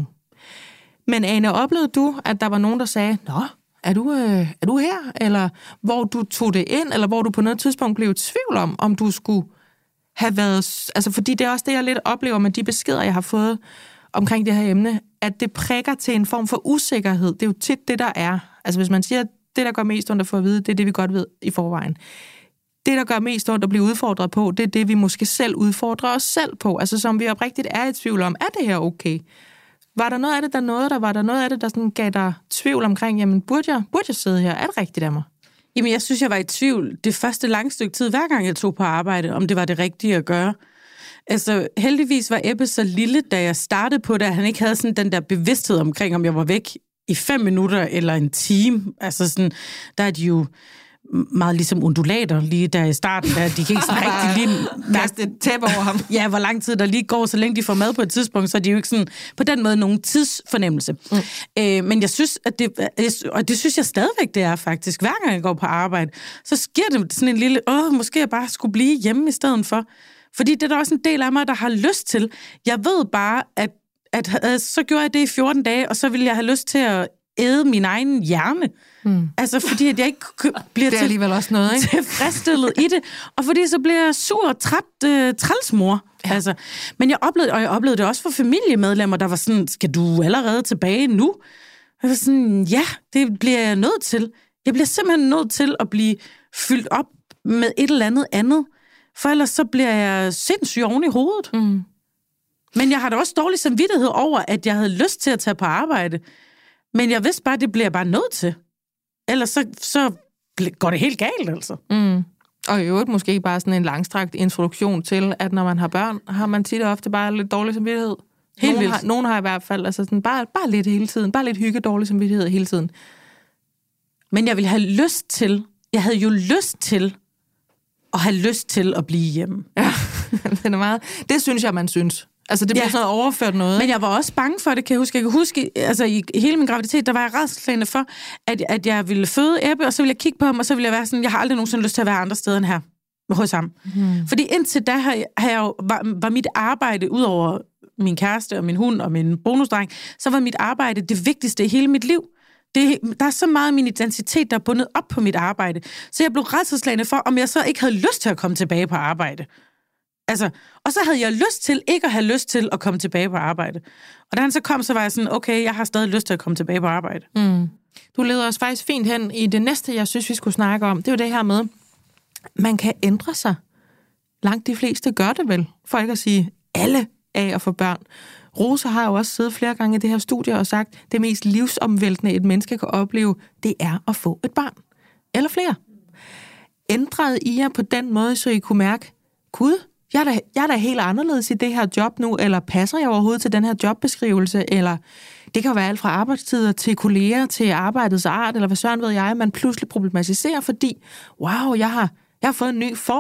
Men Ane, oplevede du, at der var nogen, der sagde, nå, er du, øh, er du her? Eller hvor du tog det ind, eller hvor du på noget tidspunkt blev i tvivl om, om du skulle have været... Altså, fordi det er også det, jeg lidt oplever med de beskeder, jeg har fået omkring det her emne, at det prikker til en form for usikkerhed. Det er jo tit det, der er. Altså hvis man siger, at det, der gør mest ondt at få at vide, det er det, vi godt ved i forvejen. Det, der gør mest ondt at blive udfordret på, det er det, vi måske selv udfordrer os selv på. Altså som vi oprigtigt er i tvivl om, er det her okay? Var der noget af det, der nåede der? Var der noget af det, der sådan gav dig tvivl omkring, jamen burde jeg, burde jeg sidde her? Er det rigtigt af mig?
Jamen jeg synes, jeg var i tvivl det første lange stykke tid, hver gang jeg tog på arbejde, om det var det rigtige at gøre. Altså, heldigvis var Ebbe så lille, da jeg startede på det, at han ikke havde sådan den der bevidsthed omkring, om jeg var væk i fem minutter eller en time. Altså sådan, der er de jo meget ligesom undulater lige der i starten, der de kan ikke sådan rigtig lige
mærke et tæppe over ham.
Ja, hvor lang tid der lige går, så længe de får mad på et tidspunkt, så er de jo ikke sådan på den måde nogen tidsfornemmelse. Mm. Øh, men jeg synes, at det, og det synes jeg stadigvæk, det er faktisk, hver gang jeg går på arbejde, så sker det sådan en lille, åh, måske jeg bare skulle blive hjemme i stedet for. Fordi det er der også en del af mig, der har lyst til. Jeg ved bare, at, at, at så gjorde jeg det i fjorten dage, og så ville jeg have lyst til at æde min egen hjerne. Mm. Altså, fordi at jeg ikke bliver
det er alligevel også noget, ikke?
tilfredsstillet i det. Og fordi så bliver jeg sur og træt uh, trælsmor. Ja. Altså, men jeg oplevede, og jeg oplevede det også for familiemedlemmer, der var sådan, skal du allerede tilbage nu? Jeg var sådan, ja, det bliver jeg nødt til. Jeg bliver simpelthen nødt til at blive fyldt op med et eller andet andet. For ellers så bliver jeg sindssyg oven i hovedet. Mm. Men jeg har da også dårlig samvittighed over, at jeg havde lyst til at tage på arbejde. Men jeg vidste bare, at det bliver jeg bare nødt til. Ellers så, så går det helt galt, altså.
Mm. Og i øvrigt måske bare sådan en langstrakt introduktion til, at når man har børn, har man tit og ofte bare lidt dårlig samvittighed. Helt nogen, har, nogen har i hvert fald altså sådan bare, bare lidt hele tiden. Bare lidt hygge dårlig samvittighed hele tiden.
Men jeg ville have lyst til, jeg havde jo lyst til, og have lyst til at blive hjemme.
Ja, det er meget. Det synes jeg, man synes. Altså, det bliver ja. sådan overført noget.
Men jeg var også bange for det, kan jeg huske. Jeg kan huske, altså i hele min graviditet, der var jeg rædselsslagen for, at, at jeg ville føde Ebbe, og så ville jeg kigge på ham, og så ville jeg være sådan, jeg har aldrig nogensinde lyst til at være andre steder end her, hos ham. Hmm. Fordi indtil da har jeg, har jeg jo, var, var mit arbejde, ud over min kæreste og min hund og min bonusdreng, så var mit arbejde det vigtigste i hele mit liv. Det, der er så meget af min identitet, der er bundet op på mit arbejde. Så jeg blev rædselsslagne for, om jeg så ikke havde lyst til at komme tilbage på arbejde. Altså, og så havde jeg lyst til, ikke at have lyst til at komme tilbage på arbejde. Og da han så kom, så var jeg sådan, okay, jeg har stadig lyst til at komme tilbage på arbejde.
Mm. Du leder os faktisk fint hen i det næste, jeg synes, vi skulle snakke om. Det er jo det her med, man kan ændre sig. Langt de fleste gør det vel, for ikke at sige alle af at få børn. Rosa har jo også siddet flere gange i det her studie og sagt, det mest livsomvæltende et menneske kan opleve, det er at få et barn. Eller flere. Ændrede I jer på den måde, så I kunne mærke, gud, jeg er, da, jeg er da helt anderledes i det her job nu, eller passer jeg overhovedet til den her jobbeskrivelse, eller det kan jo være alt fra arbejdstider til kolleger, til arbejdets art, eller hvad søren ved jeg, man pludselig problematiserer, fordi, wow, jeg har, jeg har fået en ny form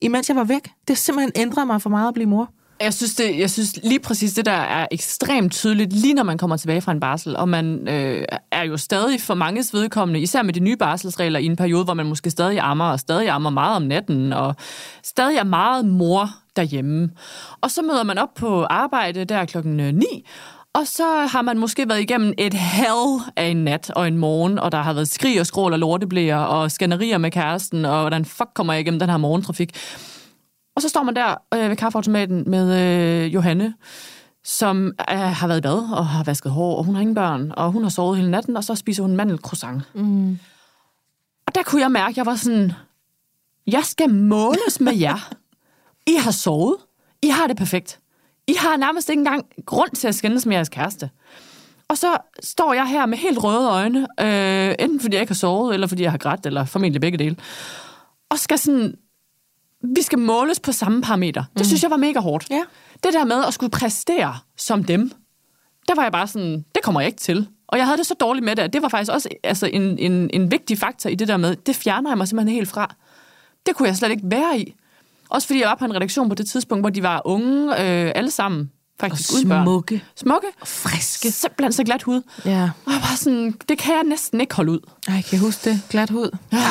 imens jeg var væk. Det har simpelthen ændret mig for meget at blive mor.
Jeg synes, det, jeg synes lige præcis det der er ekstremt tydeligt, lige når man kommer tilbage fra en barsel, og man øh, er jo stadig for manges vedkommende, især med de nye barselsregler, i en periode, hvor man måske stadig ammer, og stadig ammer meget om natten, og stadig er meget mor derhjemme. Og så møder man op på arbejde der klokken ni, og så har man måske været igennem et hell af en nat og en morgen, og der har været skrig og skrål og lorteblæer og skænderier med kæresten, og hvordan fuck kommer jeg igennem den her morgentrafik? Og så står man der øh, ved kaffeautomaten med øh, Johanne, som øh, har været i bad og har vasket hår, og hun har ingen børn, og hun har sovet hele natten, og så spiser hun mandelcroissant. Mm. Og der kunne jeg mærke, at jeg var sådan, jeg skal måles med jer. I har sovet. I har det perfekt. I har nærmest ikke engang grund til at skændes med jeres kæreste. Og så står jeg her med helt røde øjne, øh, enten fordi jeg ikke har sovet, eller fordi jeg har grædt, eller formentlig begge dele, og skal sådan... Vi skal måles på samme parameter. Det mm. synes jeg var mega hårdt.
Ja.
Det der med at skulle præstere som dem, der var jeg bare sådan, det kommer jeg ikke til. Og jeg havde det så dårligt med det, og det var faktisk også altså, en, en, en vigtig faktor i det der med, det fjerner jeg mig simpelthen helt fra. Det kunne jeg slet ikke være i. Også fordi jeg var på en redaktion på det tidspunkt, hvor de var unge, øh, alle sammen. Faktisk
og smukke.
Smukke.
Og friske.
Simpelthen så glat hud.
Ja.
Og jeg var sådan, det kan jeg næsten ikke holde ud.
Ej, kan jeg huske det? Glat hud.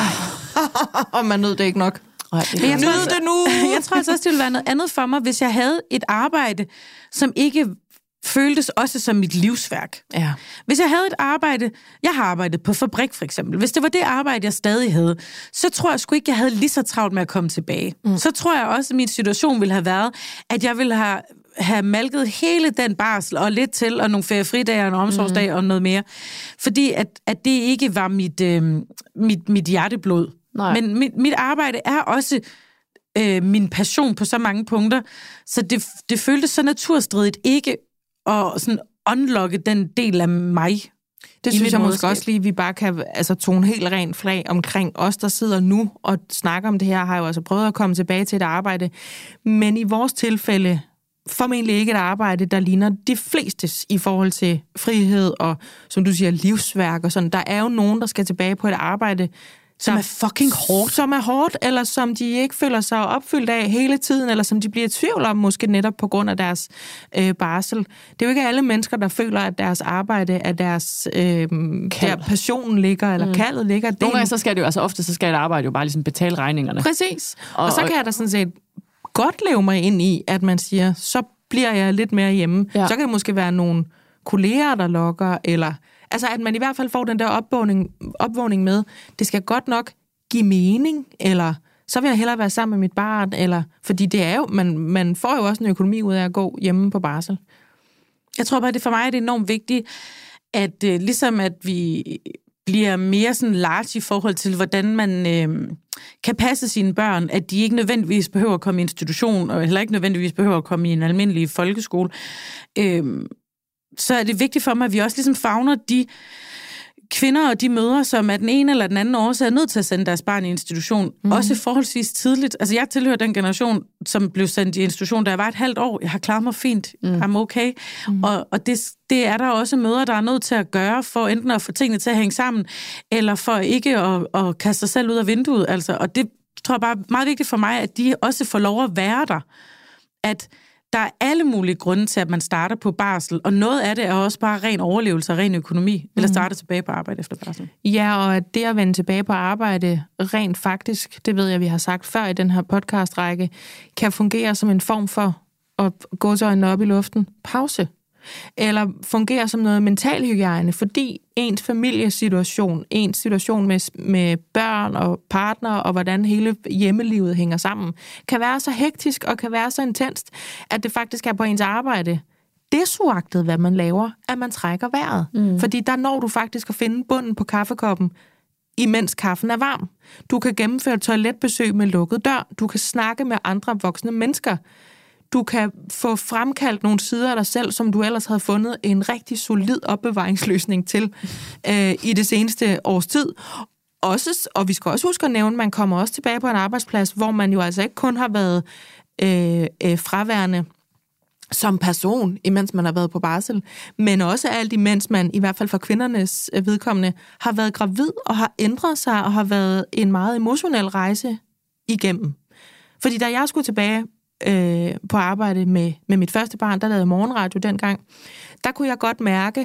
Og man nød det ikke nok.
Men jeg, tror, altså, det nu. jeg tror altså også, det ville være noget andet for mig, hvis jeg havde et arbejde, som ikke føltes også som mit livsværk.
Ja.
Hvis jeg havde et arbejde, jeg har arbejdet på fabrik for eksempel, hvis det var det arbejde, jeg stadig havde, så tror jeg sgu ikke, jeg havde lige så travlt med at komme tilbage. Mm. Så tror jeg også, at min situation ville have været, at jeg ville have, have malket hele den barsel, og lidt til, og nogle feriefridage, og en omsorgsdag, mm. og noget mere. Fordi at, at det ikke var mit, øh, mit, mit hjerteblod. Nej. Men mit, mit arbejde er også øh, min passion på så mange punkter, så det, det føltes så naturstridigt ikke at sådan unlocke den del af mig.
Det synes jeg måske også lige, vi bare kan altså, tone helt rent flag omkring os, der sidder nu og snakker om det her, har jo altså prøvet at komme tilbage til et arbejde, men i vores tilfælde formentlig ikke et arbejde, der ligner de flestes i forhold til frihed og, som du siger, livsværk og sådan. Der er jo nogen, der skal tilbage på et arbejde,
som er fucking hårdt.
Som er hårdt, eller som de ikke føler sig opfyldt af hele tiden, eller som de bliver i tvivl om, måske netop på grund af deres øh, barsel. Det er jo ikke alle mennesker, der føler, at deres arbejde, at deres øh, der passionen ligger, eller mm. kaldet ligger.
Nogle gange så skal det jo, altså ofte så skal et arbejde jo bare ligesom betale regningerne.
Præcis. Og, og så kan jeg da sådan set godt leve mig ind i, at man siger, så bliver jeg lidt mere hjemme. Ja. Så kan det måske være nogle kolleger, der lokker, eller... Altså, at man i hvert fald får den der opvågning, opvågning med, det skal godt nok give mening, eller så vil jeg hellere være sammen med mit barn, eller... Fordi det er jo... Man, man får jo også en økonomi ud af at gå hjemme på barsel.
Jeg tror bare, det for mig er det enormt vigtigt, at øh, ligesom at vi bliver mere sådan large i forhold til, hvordan man øh, kan passe sine børn, at de ikke nødvendigvis behøver at komme i institution, og heller ikke nødvendigvis behøver at komme i en almindelig folkeskole, øh, så er det vigtigt for mig, at vi også ligesom favner de kvinder og de mødre, som af den ene eller den anden årsag er nødt til at sende deres barn i institution, mm. også forholdsvis tidligt. Altså, jeg tilhører den generation, som blev sendt i institution, da jeg var et halvt år. Jeg har klaret mig fint. Mm. I'm okay. Mm. Og, og det, det er der også mødre, der er nødt til at gøre, for enten at få tingene til at hænge sammen, eller for ikke at, at kaste sig selv ud af vinduet. Altså, og det tror jeg bare er meget vigtigt for mig, at de også får lov at være der. At der er alle mulige grunde til, at man starter på barsel, og noget af det er også bare ren overlevelse og ren økonomi, mm. eller starte tilbage på arbejde efter barsel.
Ja, og at det at vende tilbage på arbejde rent faktisk, det ved jeg, vi har sagt før i den her podcastrække, kan fungere som en form for at gå til øjnene op i luften. Pause. Eller fungere som noget mental hygiejne, fordi ens familiesituation, ens situation med, med børn og partner, og hvordan hele hjemmelivet hænger sammen, kan være så hektisk og kan være så intenst, at det faktisk er på ens arbejde, desuagtet hvad man laver, at man trækker vejret. Mm. Fordi der når du faktisk at finde bunden på kaffekoppen, imens kaffen er varm. Du kan gennemføre toiletbesøg med lukket dør. Du kan snakke med andre voksne mennesker. Du kan få fremkaldt nogle sider af dig selv, som du ellers havde fundet en rigtig solid opbevaringsløsning til øh, i det seneste års tid. Også, og vi skal også huske at nævne, at man kommer også tilbage på en arbejdsplads, hvor man jo altså ikke kun har været øh, øh, fraværende som person, imens man har været på barsel, men også alt imens man, i hvert fald for kvindernes vedkommende, har været gravid og har ændret sig og har været en meget emotionel rejse igennem. Fordi da jeg skulle tilbage øh, på arbejde med, med mit første barn, der lavede jeg morgenradio dengang, der kunne jeg godt mærke,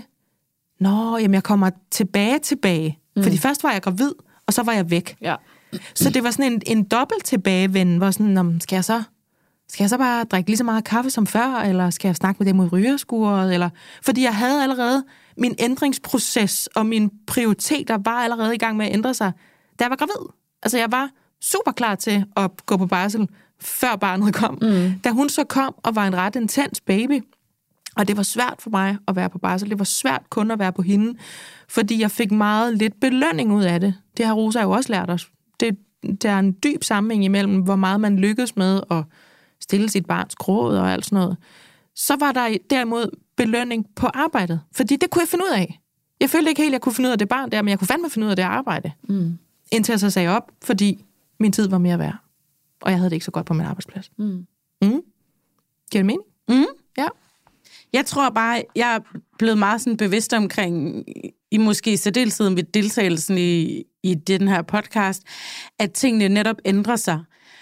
nå, jamen jeg kommer tilbage tilbage. Mm. Fordi først var jeg gravid, og så var jeg væk.
Ja.
Så det var sådan en, en dobbelt tilbagevenden, hvor sådan, skal jeg så... Skal jeg så bare drikke lige så meget kaffe som før, eller skal jeg snakke med dem ud rygerskuret? Eller... Fordi jeg havde allerede min ændringsproces, og mine prioriteter var allerede i gang med at ændre sig, da jeg var gravid. Altså, jeg var super klar til at gå på barsel, før barnet kom. Mm. Da hun så kom og var en ret intens baby, og det var svært for mig at være på barsel, det var svært kun at være på hende, fordi jeg fik meget lidt belønning ud af det. Det har Rosa jo også lært os. Det, der er en dyb sammenhæng imellem, hvor meget man lykkes med at stille sit barns gråd og alt sådan noget. Så var der derimod belønning på arbejdet. Fordi det kunne jeg finde ud af. Jeg følte ikke helt, at jeg kunne finde ud af det barn der, men jeg kunne fandme finde ud af det arbejde. Mm. Indtil jeg så sagde op, fordi min tid var mere værd. Og jeg havde det ikke så godt på min arbejdsplads. Mm. Mm. Giver det mening?
Mm.
Ja.
Jeg tror bare, jeg er blevet meget sådan bevidst omkring, i måske særdelesheden ved deltagelsen i, i den her podcast, at tingene netop ændrer sig.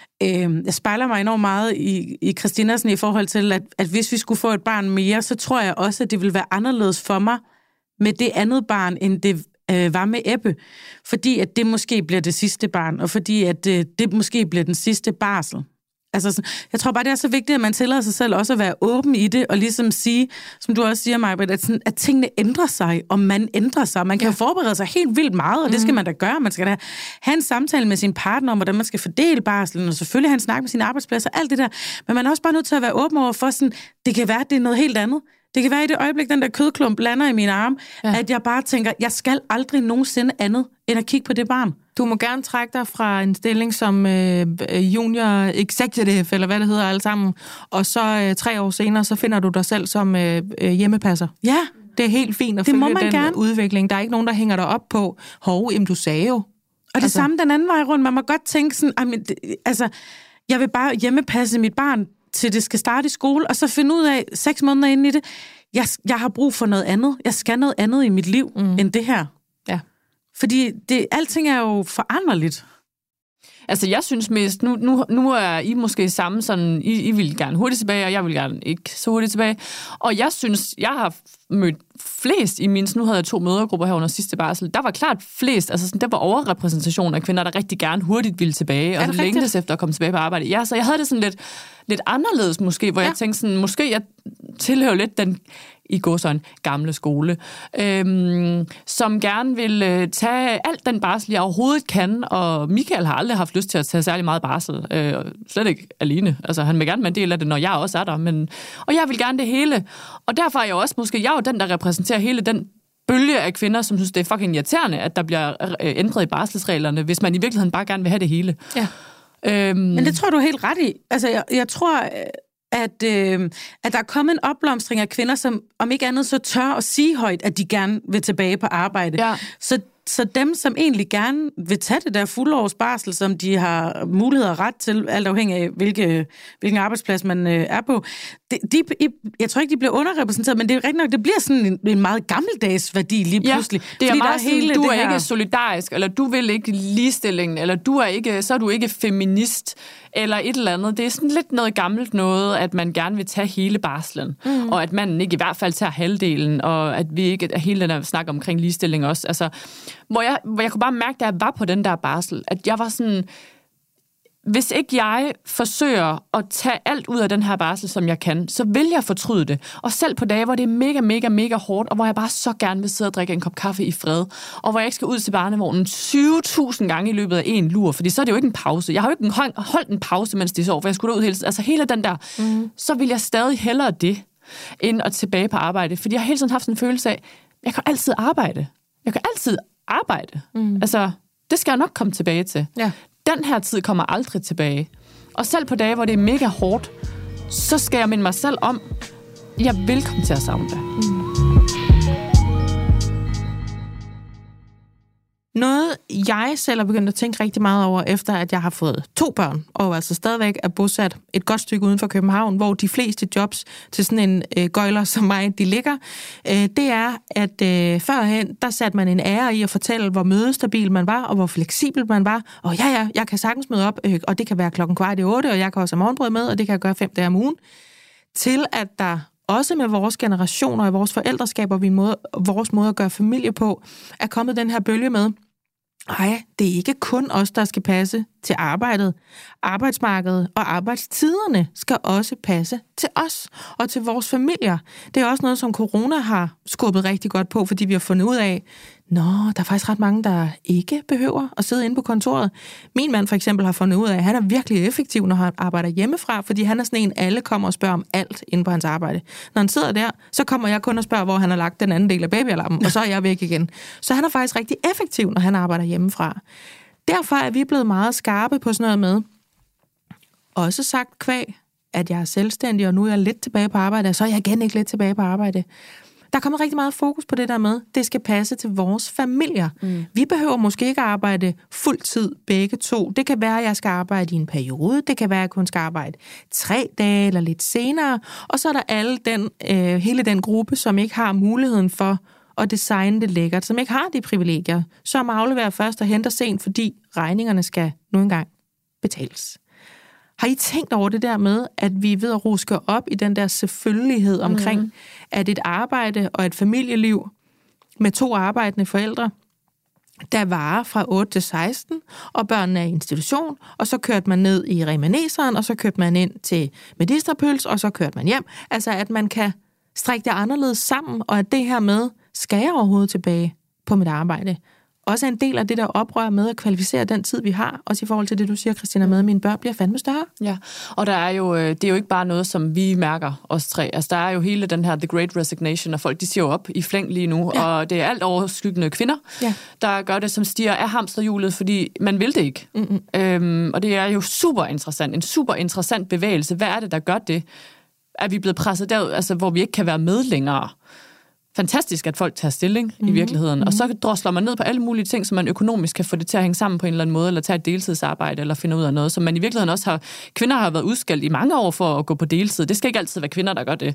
Jeg spejler mig enormt meget i, i Christina sådan, i forhold til, at, at hvis vi skulle få et barn mere, så tror jeg også, at det ville være anderledes for mig med det andet barn, end det øh, var med Ebbe. Fordi at det måske bliver det sidste barn, og fordi at øh, det måske bliver den sidste barsel. Altså, jeg tror bare, det er så vigtigt, at man tillader sig selv også at være åben i det, og ligesom sige, som du også siger, Maj-Brit, at, sådan, at tingene ændrer sig, og man ændrer sig. Man kan ja. jo forberede sig helt vildt meget, og det skal man da gøre. Man skal da have en samtale med sin partner om, hvordan man skal fordele barslen, og selvfølgelig have en snak med sin arbejdsplads og alt det der. Men man er også bare nødt til at være åben over for, sådan, det kan være, at det er noget helt andet. Det kan være i det øjeblik, den der kødklump lander i mine arme, ja. at jeg bare tænker, jeg skal aldrig nogensinde andet, end at kigge på det barn.
Du må gerne trække dig fra en stilling som øh, junior executive, eller hvad det hedder alle sammen, og så øh, tre år senere, så finder du dig selv som øh, hjemmepasser.
Ja.
Det er helt fint at
det
følge den
gerne.
udvikling. Der er ikke nogen, der hænger dig op på, hov, jamen du sagde jo. Og
det altså. samme den anden vej rundt. Man må godt tænke sådan, men, altså, jeg vil bare hjemmepasse mit barn, til det skal starte i skole, og så finde ud af, seks måneder inde i det, jeg, jeg har brug for noget andet. Jeg skal noget andet i mit liv, mm. end det her.
Ja.
Fordi det, alting er jo foranderligt.
Altså, jeg synes mest, nu, nu, nu er I måske samme sådan, I, I vil gerne hurtigt tilbage, og jeg vil gerne ikke så hurtigt tilbage. Og jeg synes, jeg har mødt flest i min, nu havde jeg to mødergrupper her under sidste barsel, der var klart flest, altså sådan, der var overrepræsentation af kvinder, der rigtig gerne hurtigt ville tilbage, og længtes efter at komme tilbage på arbejde. Ja, så jeg havde det sådan lidt, lidt anderledes måske, hvor ja. jeg tænkte sådan, måske jeg tilhører lidt den i går sådan gamle skole, øhm, som gerne vil øh, tage alt den barsel, jeg overhovedet kan, og Michael har aldrig haft lyst til at tage særlig meget barsel, øh, slet ikke alene. Altså, han vil gerne være en del af det, når jeg også er der, men, og jeg vil gerne det hele. Og derfor er jeg også måske, jeg er jo den, der repræsenterer hele den bølge af kvinder, som synes, det er fucking irriterende, at der bliver øh, ændret i barselsreglerne, hvis man i virkeligheden bare gerne vil have det hele.
Ja. Øhm, men det tror du er helt ret i. Altså, jeg, jeg tror... At, øh, at der er kommet en opblomstring af kvinder, som om ikke andet så tør at sige højt, at de gerne vil tilbage på arbejde. Ja. Så, så dem, som egentlig gerne vil tage det der fuldårsbarsel, som de har mulighed og ret til, alt afhængig af, hvilke, hvilken arbejdsplads man øh, er på, de, de, jeg tror ikke, de bliver underrepræsenteret, men det er rigtigt nok, det bliver sådan en, en meget gammeldags værdi lige pludselig.
Ja, det er
meget
der er
hele
du
det
er
her...
ikke solidarisk, eller du vil ikke ligestillingen, eller du er ikke, så er du ikke feminist, eller et eller andet. Det er sådan lidt noget gammelt noget, at man gerne vil tage hele barslen, mm. og at manden ikke i hvert fald tager halvdelen, og at vi ikke, at hele den der snak omkring ligestilling også, altså, hvor jeg, hvor jeg kunne bare mærke, da jeg var på den der barsel, at jeg var sådan, hvis ikke jeg forsøger at tage alt ud af den her barsel, som jeg kan, så vil jeg fortryde det. Og selv på dage, hvor det er mega, mega, mega hårdt, og hvor jeg bare så gerne vil sidde og drikke en kop kaffe i fred, og hvor jeg ikke skal ud til barnevognen tyve tusind gange i løbet af en lur, fordi så er det jo ikke en pause. Jeg har jo ikke holdt en pause, mens de sov, for jeg skulle ud hele tiden. Altså hele den der, mm. så vil jeg stadig hellere det, end at tilbage på arbejde. Fordi jeg har hele tiden haft sådan en følelse af, jeg kan altid arbejde. Jeg kan altid arbejde. Mm. Altså, det skal jeg nok komme tilbage til. Ja. Den her tid kommer aldrig tilbage. Og selv på dage, hvor det er mega hårdt, så skal jeg minde mig selv om, jeg vil komme til at savne det. Mm.
Noget, jeg selv har begyndt at tænke rigtig meget over, efter at jeg har fået to børn, og altså stadigvæk er bosat et godt stykke uden for København, hvor de fleste jobs til sådan en øh, gøjler som mig, de ligger, øh, det er, at øh, førhen, der satte man en ære i at fortælle, hvor mødestabil man var, og hvor fleksibel man var. Og ja, ja, jeg kan sagtens møde op, øh, og det kan være klokken kvart i otte, og jeg kan også have morgenbrød med, og det kan jeg gøre fem dage om ugen. Til at der også med vores generationer og vores forældreskab og vores måde at gøre familie på, er kommet den her bølge med, ej, det er ikke kun os, der skal passe til arbejdet. Arbejdsmarkedet og arbejdstiderne skal også passe til os og til vores familier. Det er også noget, som corona har skubbet rigtig godt på, fordi vi har fundet ud af, nå, der er faktisk ret mange, der ikke behøver at sidde inde på kontoret. Min mand for eksempel har fundet ud af, at han er virkelig effektiv, når han arbejder hjemmefra, fordi han er sådan en, alle kommer og spørger om alt inde på hans arbejde. Når han sidder der, så kommer jeg kun og spørger, hvor han har lagt den anden del af babyalarmen, og så er jeg væk igen. Så han er faktisk rigtig effektiv, når han arbejder hjemmefra. Derfor er vi blevet meget skarpe på sådan noget med, også sagt kvæg, at jeg er selvstændig, og nu er jeg lidt tilbage på arbejde, og så er jeg igen ikke lidt tilbage på arbejde. Der kommer rigtig meget fokus på det der med, det skal passe til vores familier. Mm. Vi behøver måske ikke arbejde fuld tid begge to. Det kan være, at jeg skal arbejde i en periode. Det kan være, at jeg kun skal arbejde tre dage eller lidt senere. Og så er der alle den, øh, hele den gruppe, som ikke har muligheden for at designe det lækkert, som ikke har de privilegier, som afleverer først og henter sent, fordi regningerne skal nu engang betales. Har I tænkt over det der med, at vi er ved at ruske op i den der selvfølgelighed omkring, mm. at et arbejde og et familieliv med to arbejdende forældre, der varer fra otte til seksten, og børnene er i institution, og så kørte man ned i remaneseren, og så kørte man ind til medisterpøls, og så kørte man hjem. Altså, at man kan strikke det anderledes sammen, og at det her med, skal jeg overhovedet tilbage på mit arbejde? Også en del af det der oprør med at kvalificere den tid, vi har, også i forhold til det, du siger, Christina, med, at mine børn bliver fandme større.
Ja, og der er jo, det er jo ikke bare noget, som vi mærker, os tre. Altså, der er jo hele den her The Great Resignation, og folk, de siger jo op i flæng lige nu, ja. Og det er alt overskyggende kvinder, ja. Der gør det, som stiger af hamsterhjulet, fordi man vil det ikke. Mm-hmm. Øhm, og det er jo super interessant, en super interessant bevægelse. Hvad er det, der gør det? Er vi blevet presset derud, altså, hvor vi ikke kan være med længere? Fantastisk, at folk tager stilling mm-hmm. i virkeligheden, og så drosler man ned på alle mulige ting, så man økonomisk kan få det til at hænge sammen på en eller anden måde, eller tage et deltidsarbejde, eller finde ud af noget, som man i virkeligheden også har... Kvinder har været udskældt i mange år for at gå på deltid. Det skal ikke altid være kvinder, der gør det.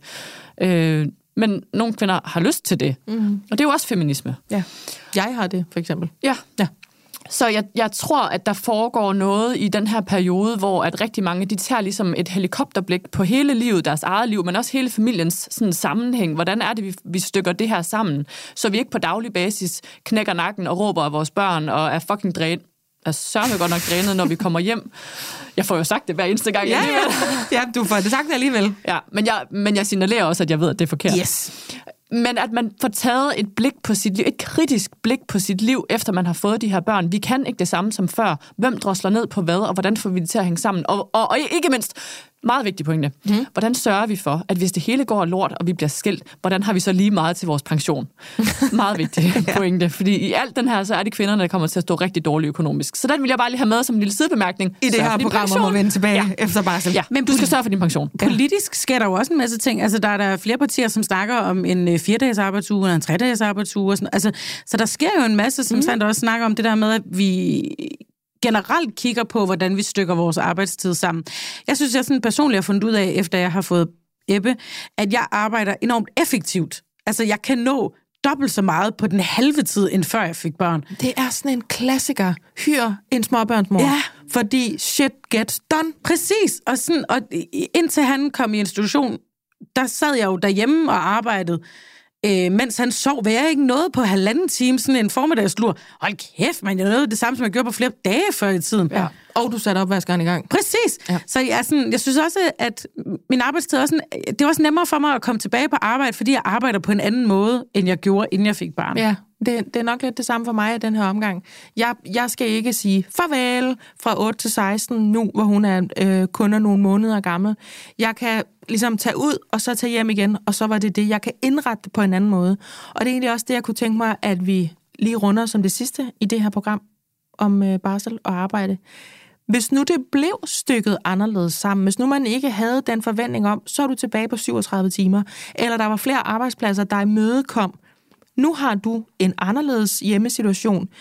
Øh, men nogle kvinder har lyst til det, mm-hmm. og det er jo også feminisme.
Ja, jeg har det, for eksempel.
Ja, ja. Så jeg, jeg tror, at der foregår noget i den her periode, hvor at rigtig mange, de tager ligesom et helikopterblik på hele livet, deres eget liv, men også hele familiens sådan, sammenhæng. Hvordan er det, vi, vi stykker det her sammen, så vi ikke på daglig basis knækker nakken og råber af vores børn og er fucking drænet. Altså, sørger godt nok drænet, når vi kommer hjem. Jeg får jo sagt det hver eneste gang.
Ja, ja. Ja, du får det sagt det alligevel.
Ja, men jeg, men jeg signalerer også, at jeg ved, at det er forkert.
Yes.
Men at man får taget et blik på sit liv, et kritisk blik på sit liv, efter man har fået de her børn. Vi kan ikke det samme som før. Hvem drosler ned på hvad, og hvordan får vi det til at hænge sammen? Og, og, og ikke mindst, meget vigtig pointe, mm. hvordan sørger vi for, at hvis det hele går lort, og vi bliver skilt, hvordan har vi så lige meget til vores pension? Meget vigtig pointe, fordi i alt den her, så er det kvinderne, der kommer til at stå rigtig dårligt økonomisk. Så den vil jeg bare lige have med som en lille sidebemærkning.
I det her program, hvor man vender tilbage ja. Efter barsel.
Ja, men du skal sørge for din pension.
Politisk sker der jo også en masse ting. Altså, der er der flere partier, som snakker om en fire-dages arbejdsuge, eller en tre-dages arbejdsuge. Og sådan. Altså, så der sker jo en masse, som mm. Sandra også snakker om det der med, at vi generelt kigger på, hvordan vi stykker vores arbejdstid sammen. Jeg synes, jeg sådan personligt har fundet ud af, efter jeg har fået Ebbe, at jeg arbejder enormt effektivt. Altså, jeg kan nå dobbelt så meget på den halve tid, end før jeg fik børn.
Det er sådan en klassiker. Hyr en småbørnsmor.
Ja.
Fordi shit gets done.
Præcis. Og, sådan, og indtil han kom i institution, der sad jeg jo derhjemme og arbejdede. Øh, mens han sov, var jeg ikke noget på halvanden time, sådan en formiddagslur. Hold kæft, man, jeg nåede det samme, som jeg gjorde på flere dage før i tiden.
Ja. Og du satte opvaskeren i gang.
Præcis. Ja. Så jeg, er sådan, jeg synes også, at min arbejdstid er også sådan, det var også nemmere for mig at komme tilbage på arbejde, fordi jeg arbejder på en anden måde, end jeg gjorde, inden jeg fik barn.
Ja, det, det er nok lidt det samme for mig i den her omgang. Jeg, jeg skal ikke sige farvel fra otte til seksten nu, hvor hun er øh, kun er nogle måneder gammel. Jeg kan ligesom tage ud, og så tage hjem igen, og så var det det. Jeg kan indrette det på en anden måde. Og det er egentlig også det, jeg kunne tænke mig, at vi lige runder som det sidste i det her program om øh, barsel og arbejde. Hvis nu det blev stykket anderledes sammen, hvis nu man ikke havde den forventning om, så er du tilbage på syvogtredive timer, eller der var flere arbejdspladser, der imødekom. Nu har du en anderledes hjemmesituation.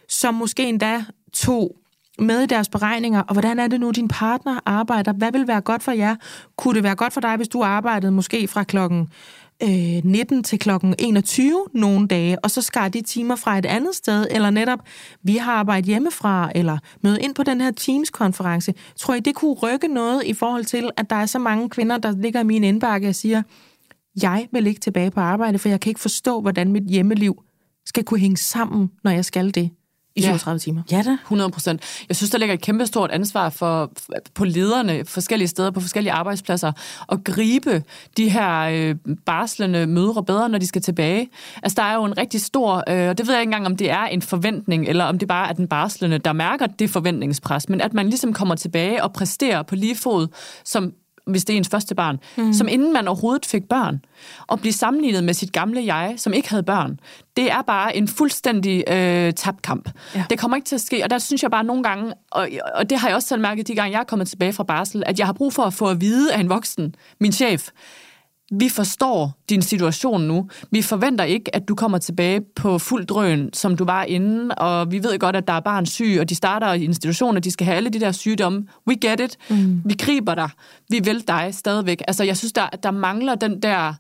som måske endda tog med i deres beregninger, og hvordan er det nu, din partner arbejder? Hvad vil være godt for jer? Kunne det være godt for dig, hvis du arbejdede måske fra klokken øh, nitten til klokken enogtyve nogle dage, og så skar de timer fra et andet sted, eller netop, vi har arbejdet hjemmefra, eller møde ind på den her Teams-konference. Tror I, det kunne rykke noget i forhold til, at der er så mange kvinder, der ligger i min indbakke og siger, jeg vil ikke tilbage på arbejde, for jeg kan ikke forstå, hvordan mit hjemmeliv skal kunne hænge sammen, når jeg skal det i syvogtredive ja. timer.
Ja da.
hundrede procent. Jeg synes, der ligger et kæmpe stort ansvar for, på lederne forskellige steder, på forskellige arbejdspladser, at gribe de her øh, barslende mødre bedre, når de skal tilbage. Altså, der er jo en rigtig stor, øh, og det ved jeg ikke engang, om det er en forventning, eller om det bare er den barslende, der mærker det forventningspres, men at man ligesom kommer tilbage og præsterer på lige fod, som hvis det er ens første barn, mm. som inden man overhovedet fik børn, og blive sammenlignet med sit gamle jeg, som ikke havde børn. Det er bare en fuldstændig øh, tabt kamp. Ja. Det kommer ikke til at ske, og der synes jeg bare nogle gange, og, og det har jeg også selv mærket de gange, jeg er kommet tilbage fra barsel, at jeg har brug for at få at vide af en voksen, min chef, vi forstår din situation nu. Vi forventer ikke, at du kommer tilbage på fuld drøn, som du var inden, og vi ved godt, at der er barn syg, og de starter i institutioner, de skal have alle de der sygdomme. We get it. Mm. Vi griber dig. Vi vil dig stadigvæk. Altså, jeg synes, der, der mangler den der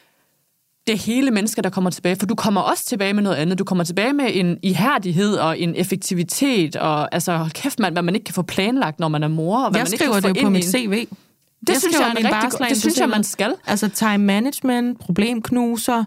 det hele mennesker, der kommer tilbage, for du kommer også tilbage med noget andet. Du kommer tilbage med en ihærdighed og en effektivitet, og altså, hold kæft mand, hvad man ikke kan få planlagt, når man er mor, og hvad
jeg
man ikke kan få
det på mit C V.
Det jeg synes jeg, er rigtig godt. Det synes jeg, man skal.
Altså time management, problemknuser,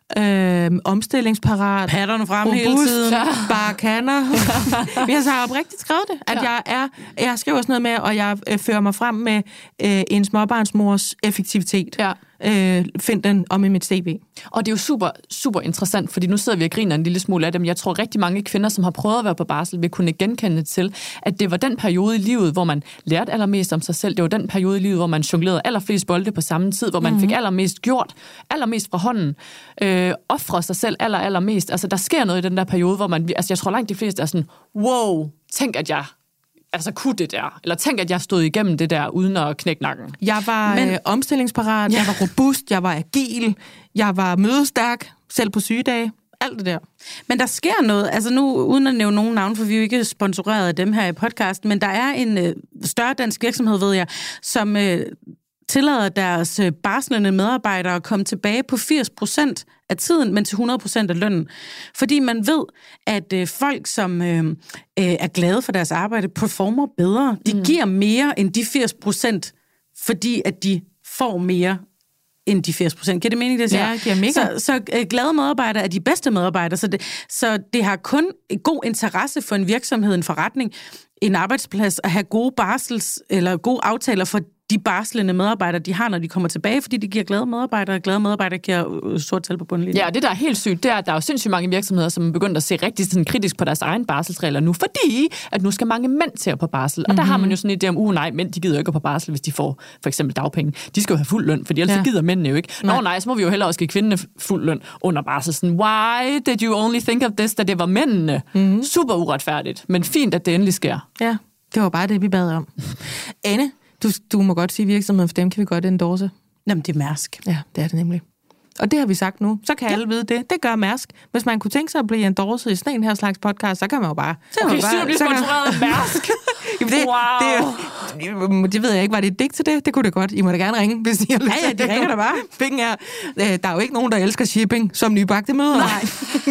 øh, omstillingsparat,
patterne frem hele tiden,
bare kander. Vi har så oprigtigt skrevet det, at ja. jeg er, jeg skriver sådan noget med, og jeg øh, fører mig frem med øh, en småbarnsmors effektivitet. Ja. Øh, find den om i mit C V.
Og det er jo super, super interessant, fordi nu sidder vi og griner en lille smule af dem. Jeg tror rigtig mange kvinder, som har prøvet at være på barsel, vil kunne genkende til, at det var den periode i livet, hvor man lærte allermest om sig selv. Det var den periode i livet, hvor man jonglerede allerflest bolde på samme tid, hvor man mm-hmm. fik allermest gjort, allermest fra hånden, øh, ofre sig selv aller, allermest. Altså, der sker noget i den der periode, hvor man, altså, jeg tror langt de fleste er sådan, wow, tænk at jeg altså kunne det der, eller tænk, at jeg stod igennem det der, uden at knække nakken.
Jeg var Men, øh, omstillingsparat, ja. jeg var robust, jeg var agil, jeg var mødestærk, selv på sygedage, alt det der.
Men der sker noget, altså nu, uden at nævne nogen navn, for vi er jo ikke sponsoreret af dem her i podcasten, men der er en øh, større dansk virksomhed, ved jeg, som øh, tillader deres øh, barslende medarbejdere at komme tilbage på firs procent af tiden, men til hundrede procent af lønnen. Fordi man ved, at øh, folk, som øh, øh, er glade for deres arbejde, performer bedre. De mm. giver mere end de firs procent, fordi at de får mere end de firs procent. Giver det mening, det siger?
Ja, giver mega.
Så, så øh, glade medarbejdere er de bedste medarbejdere, så det, så det har kun god interesse for en virksomhed, en forretning, en arbejdsplads, at have gode barsels, eller gode aftaler for de barslende medarbejdere, de har, når de kommer tilbage, fordi det giver glade medarbejdere, og glade medarbejdere giver sort tal på bundlinjen.
Ja, det der er helt sygt, det er, at der er jo sindssygt mange virksomheder, som er begyndt at se rigtig sådan kritisk på deres egen barselsregler nu, fordi at nu skal mange mænd til at på barsel. Og mm-hmm. der har man jo sådan en idé om, uh nej, mænd de gider jo ikke på barsel, hvis de får for eksempel dagpenge. De skal jo have fuld løn, for ellers ja. gider mændene jo ikke. Nå nej. nej, så må vi jo hellere også give kvinderne fuld løn under barsel. Sådan, why did you only think of this, da det var mændene? Mm-hmm. Super uretfærdigt, men fint, at det endelig sker.
Ja, det var bare det, vi bad om. Anne, Du, du må godt sige virksomheden, for dem kan vi godt endorse.
Jamen, det er Mærsk.
Ja, det er det nemlig. Og det har vi sagt nu. Så kan ja. alle vide det. Det gør Mærsk. Hvis man kunne tænke sig at blive endorset i sådan en her slags podcast, så kan man jo bare...
Så kan okay, man bare, blive sponsoreret af Mærsk.
Jamen, det, wow. Det, det ved jeg ikke. Var det et digt til det? Det kunne det godt. I må da gerne ringe, hvis I har lyst.
Ja, ja, det ringer der bare.
Penge er, der er jo ikke nogen, der elsker shipping som nybagte møder.
Nej.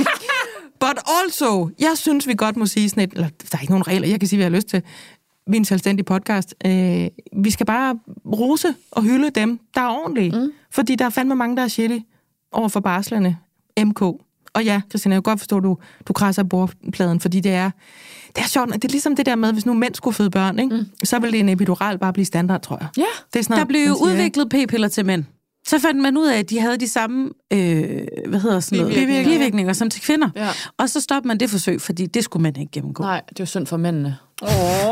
But also, jeg synes, vi godt må sige sådan et... Eller, der er ikke nogen regler, jeg kan sige, hvad jeg har lyst til. Vi er en selvstændig podcast. Øh, vi skal bare rose og hylde dem, der er ordentlige. Mm. Fordi der er fandme mange, der er shitty over for barslerne. M K. Og ja, Christina, jeg kan godt forstå, at du, du krasser bordpladen, fordi det er, det er sjovt. Det er ligesom det der med, hvis nu mænd skulle føde børn, ikke? Mm. Så vil det en epidural bare blive standard, tror jeg.
Ja,
det er sådan,
der blev jo udviklet p-piller til mænd. Så fandt man ud af, at de havde de samme øh, hvad hedder sådan noget?
Bivirkninger.
bivirkninger som til kvinder.
Ja.
Og så stoppede man det forsøg, fordi det skulle mænd ikke gennemgå.
Nej, det er jo synd for mændene. Åh...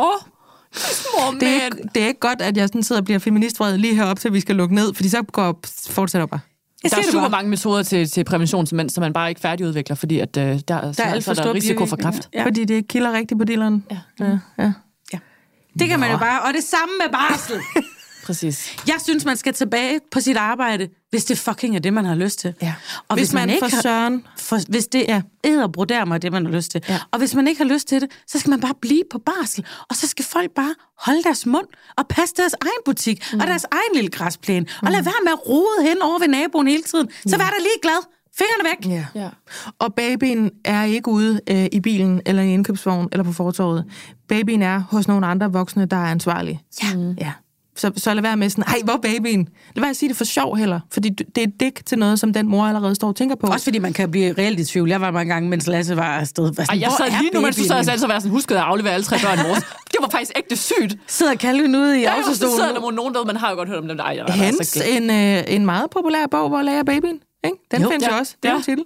Det er, ikke, det er ikke godt, at jeg sådan sidder og bliver feministvred lige herop, til vi skal lukke ned, fordi så går fortsætter bare.
Der er super bare. mange metoder til, til prævention som mænd, som man bare ikke færdigudvikler, fordi at, uh, der, der er alt for der risiko for kræft.
Ja. Fordi det kilder rigtigt på dilleren.
Ja.
Ja. Ja.
Ja. Det kan man jo bare. Og det samme med barsel.
Præcis.
Jeg synes, man skal tilbage på sit arbejde, hvis det fucking er det, man har lyst til.
Ja.
Og
hvis,
hvis man,
man
ikke
for søren...
har, for, hvis det
Ja.
æder broder mig, det man har lyst til.
Ja.
Og hvis man ikke har lyst til det, så skal man bare blive på barsel. Og så skal folk bare holde deres mund og passe deres egen butik mm. og deres egen lille græsplæne. Mm. Og lade være med at rode hen over ved naboen hele tiden. Så vær da lige glad. Fingrene væk.
Ja.
Ja.
Og babyen er ikke ude øh, i bilen, eller i indkøbsvogn, eller på fortorvet. Babyen er hos nogle andre voksne, der er ansvarlige.
Ja.
Ja. Så, så lad være med sådan, ej, hvor er babyen? Lad være at sige det for sjov heller, fordi det er et dæk til noget, som den mor allerede står og tænker på.
Også fordi man kan blive reelt i tvivl. Jeg var mange gange, mens Lasse var afsted. Var sådan,
Ej, jeg
hvor
sad
er
lige nu, mens du
babyen?
sad og sagde, så var jeg sådan, huskede at aflevere alle tre børn i morges. Det var faktisk ægte sygt.
Sidder Calvin ude i
Ja, så
autostolen.
sidder der må nogen derude, man har jo godt hørt om dem. Ej, jeg var
Hens,
altså glemt.
en, øh, en meget populær bog, hvor lærer babyen. Ikke? Den
Jo,
findes
ja,
jo også. Det er
ja.
en titel.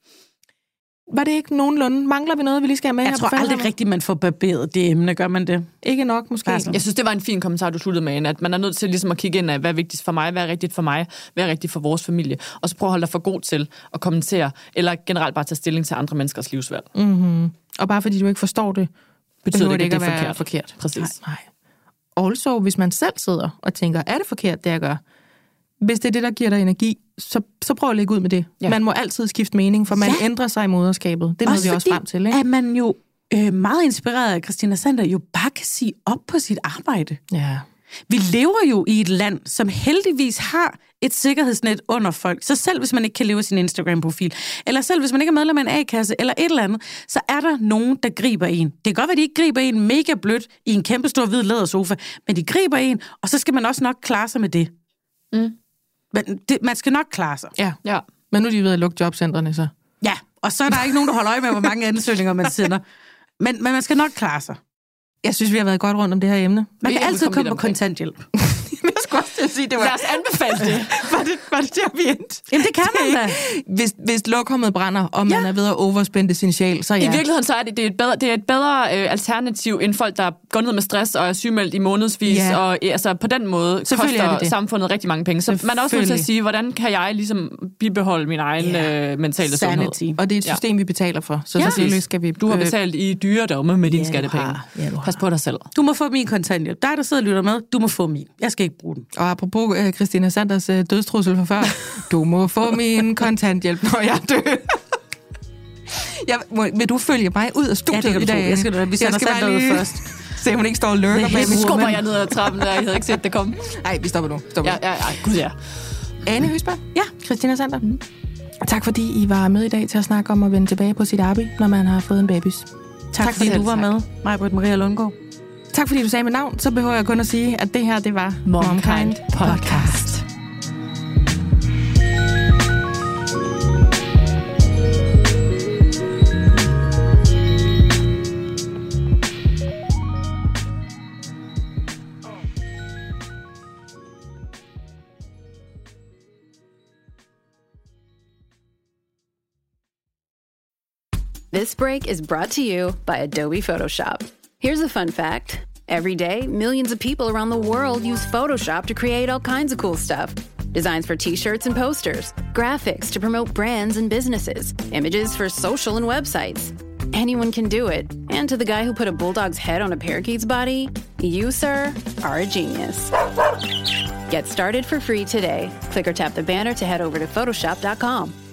Var det ikke nogenlunde? Mangler vi noget, vi lige skal have med?
Jeg
her
tror
på falderammer?
aldrig rigtigt, man får barberet det emne. Gør man det?
Ikke nok, måske.
Altså.
Jeg synes, det var en fin kommentar, du sluttede med, Anne, at man er nødt til ligesom at kigge ind af, hvad er vigtigst for mig, hvad er rigtigt for mig, hvad er rigtigt for vores familie, og så prøve at holde dig for god til at kommentere, eller generelt bare tage stilling til andre menneskers livsvalg.
Mm-hmm. Og bare fordi du ikke forstår det,
Betyder det ikke, at
at
det er
være
forkert.
forkert.
Præcis.
Nej, nej. Also, hvis man selv sidder og tænker, er det forkert, det jeg gør? Hvis det er det, der giver dig energi, så, så prøv at lægge ud med det.
Ja.
Man må altid skifte mening, for man
Ja.
ændrer sig i moderskabet. Det er noget, vi også frem til, ikke?
at man jo øh, meget inspireret af Christina Sander jo bare kan sige op på sit arbejde.
Ja.
Vi lever jo i et land, som heldigvis har et sikkerhedsnet under folk. Så selv hvis man ikke kan leve sin Instagram-profil, eller selv hvis man ikke er medlem af en A-kasse, eller et eller andet, så er der nogen, der griber en. Det kan godt være, at de ikke griber en mega blødt i en kæmpe stor hvid lædersofa, men de griber en, og så skal man også nok klare sig med det.
Mm.
Men det, man skal nok klare sig.
Ja.
Ja.
Men nu er de ved at lukke jobcentrene, så.
Ja, og så er der ikke nogen, der holder øje med, hvor mange ansøgninger man sender. Men, men man skal nok klare sig.
Jeg synes, vi har været godt rundt om det her emne.
Man
Vi
kan
er
altid
kommet
komme
lidt
på
omkring.
kontanthjælp.
Jeg skulle også til at sige, det
Lad os anbefale det.
var, det, var det der, vi endte?
Jamen, det kan man da.
Hvis, hvis lokummet brænder, og man
Ja.
er ved at overspænde sin sjæl, så ja.
I virkeligheden så er det, det er et bedre, det er et bedre øh, alternativ end folk, der går ned med stress og er sygemeldt i månedsvis.
Ja.
Og øh, altså, på den måde
Selvfølgelig er
koster
det det.
samfundet rigtig mange penge. Så man er også nødt til at sige, hvordan kan jeg ligesom bibeholde min egen
Ja.
øh, mentale
Sanity.
sundhed.
Og det er et
Ja.
system, vi betaler for. Så
Ja.
selvfølgelig skal vi...
Du har
øh,
betalt i dyredomme med dine
Ja, du
skattepenge.
har. Ja, du har.
Pas på dig selv.
Du må få min kontanthjælp. Dig, der sidder og lytter med, du må få min. Jeg skal ikke bruge den.
Og apropos uh, Christina Sanders uh, dødstrussel for før, du må få min kontanthjælp, når jeg dør. Jeg, må, vil du følge mig ud af studiet
Ja, det kan
i
du
dag?
tro. Jeg skal, vi sender
bare
Sander ud
lige
først.
Se, hun ikke står og lurker
The
bag
hip
mig.
Skubber
woman.
jeg ned ad trappen der, jeg havde ikke set det komme.
Nej, vi stopper nu. Stopper.
Ja, ja, ja. Gud ja.
Ane Høsberg.
Ja.
Christina Sander. Mm. Tak fordi I var med i dag til at snakke om at vende tilbage på sit arbejde, når man har fået en babys.
Tak, tak fordi
selv,
du var
tak.
med, Maj-Britt Maria Lundgaard.
Tak fordi du sagde mit navn. Så behøver jeg kun at sige, at det her, det var
Momkind Podcast.
This break is brought to you by Adobe Photoshop. Here's a fun fact. Every day, millions of people around the world use Photoshop to create all kinds of cool stuff. Designs for t-shirts and posters, graphics to promote brands and businesses, images for social and websites. Anyone can do it. And to the guy who put a bulldog's head on a parakeet's body, you, sir, are a genius. Get started for free today. Click or tap the banner to head over to Photoshop dot com.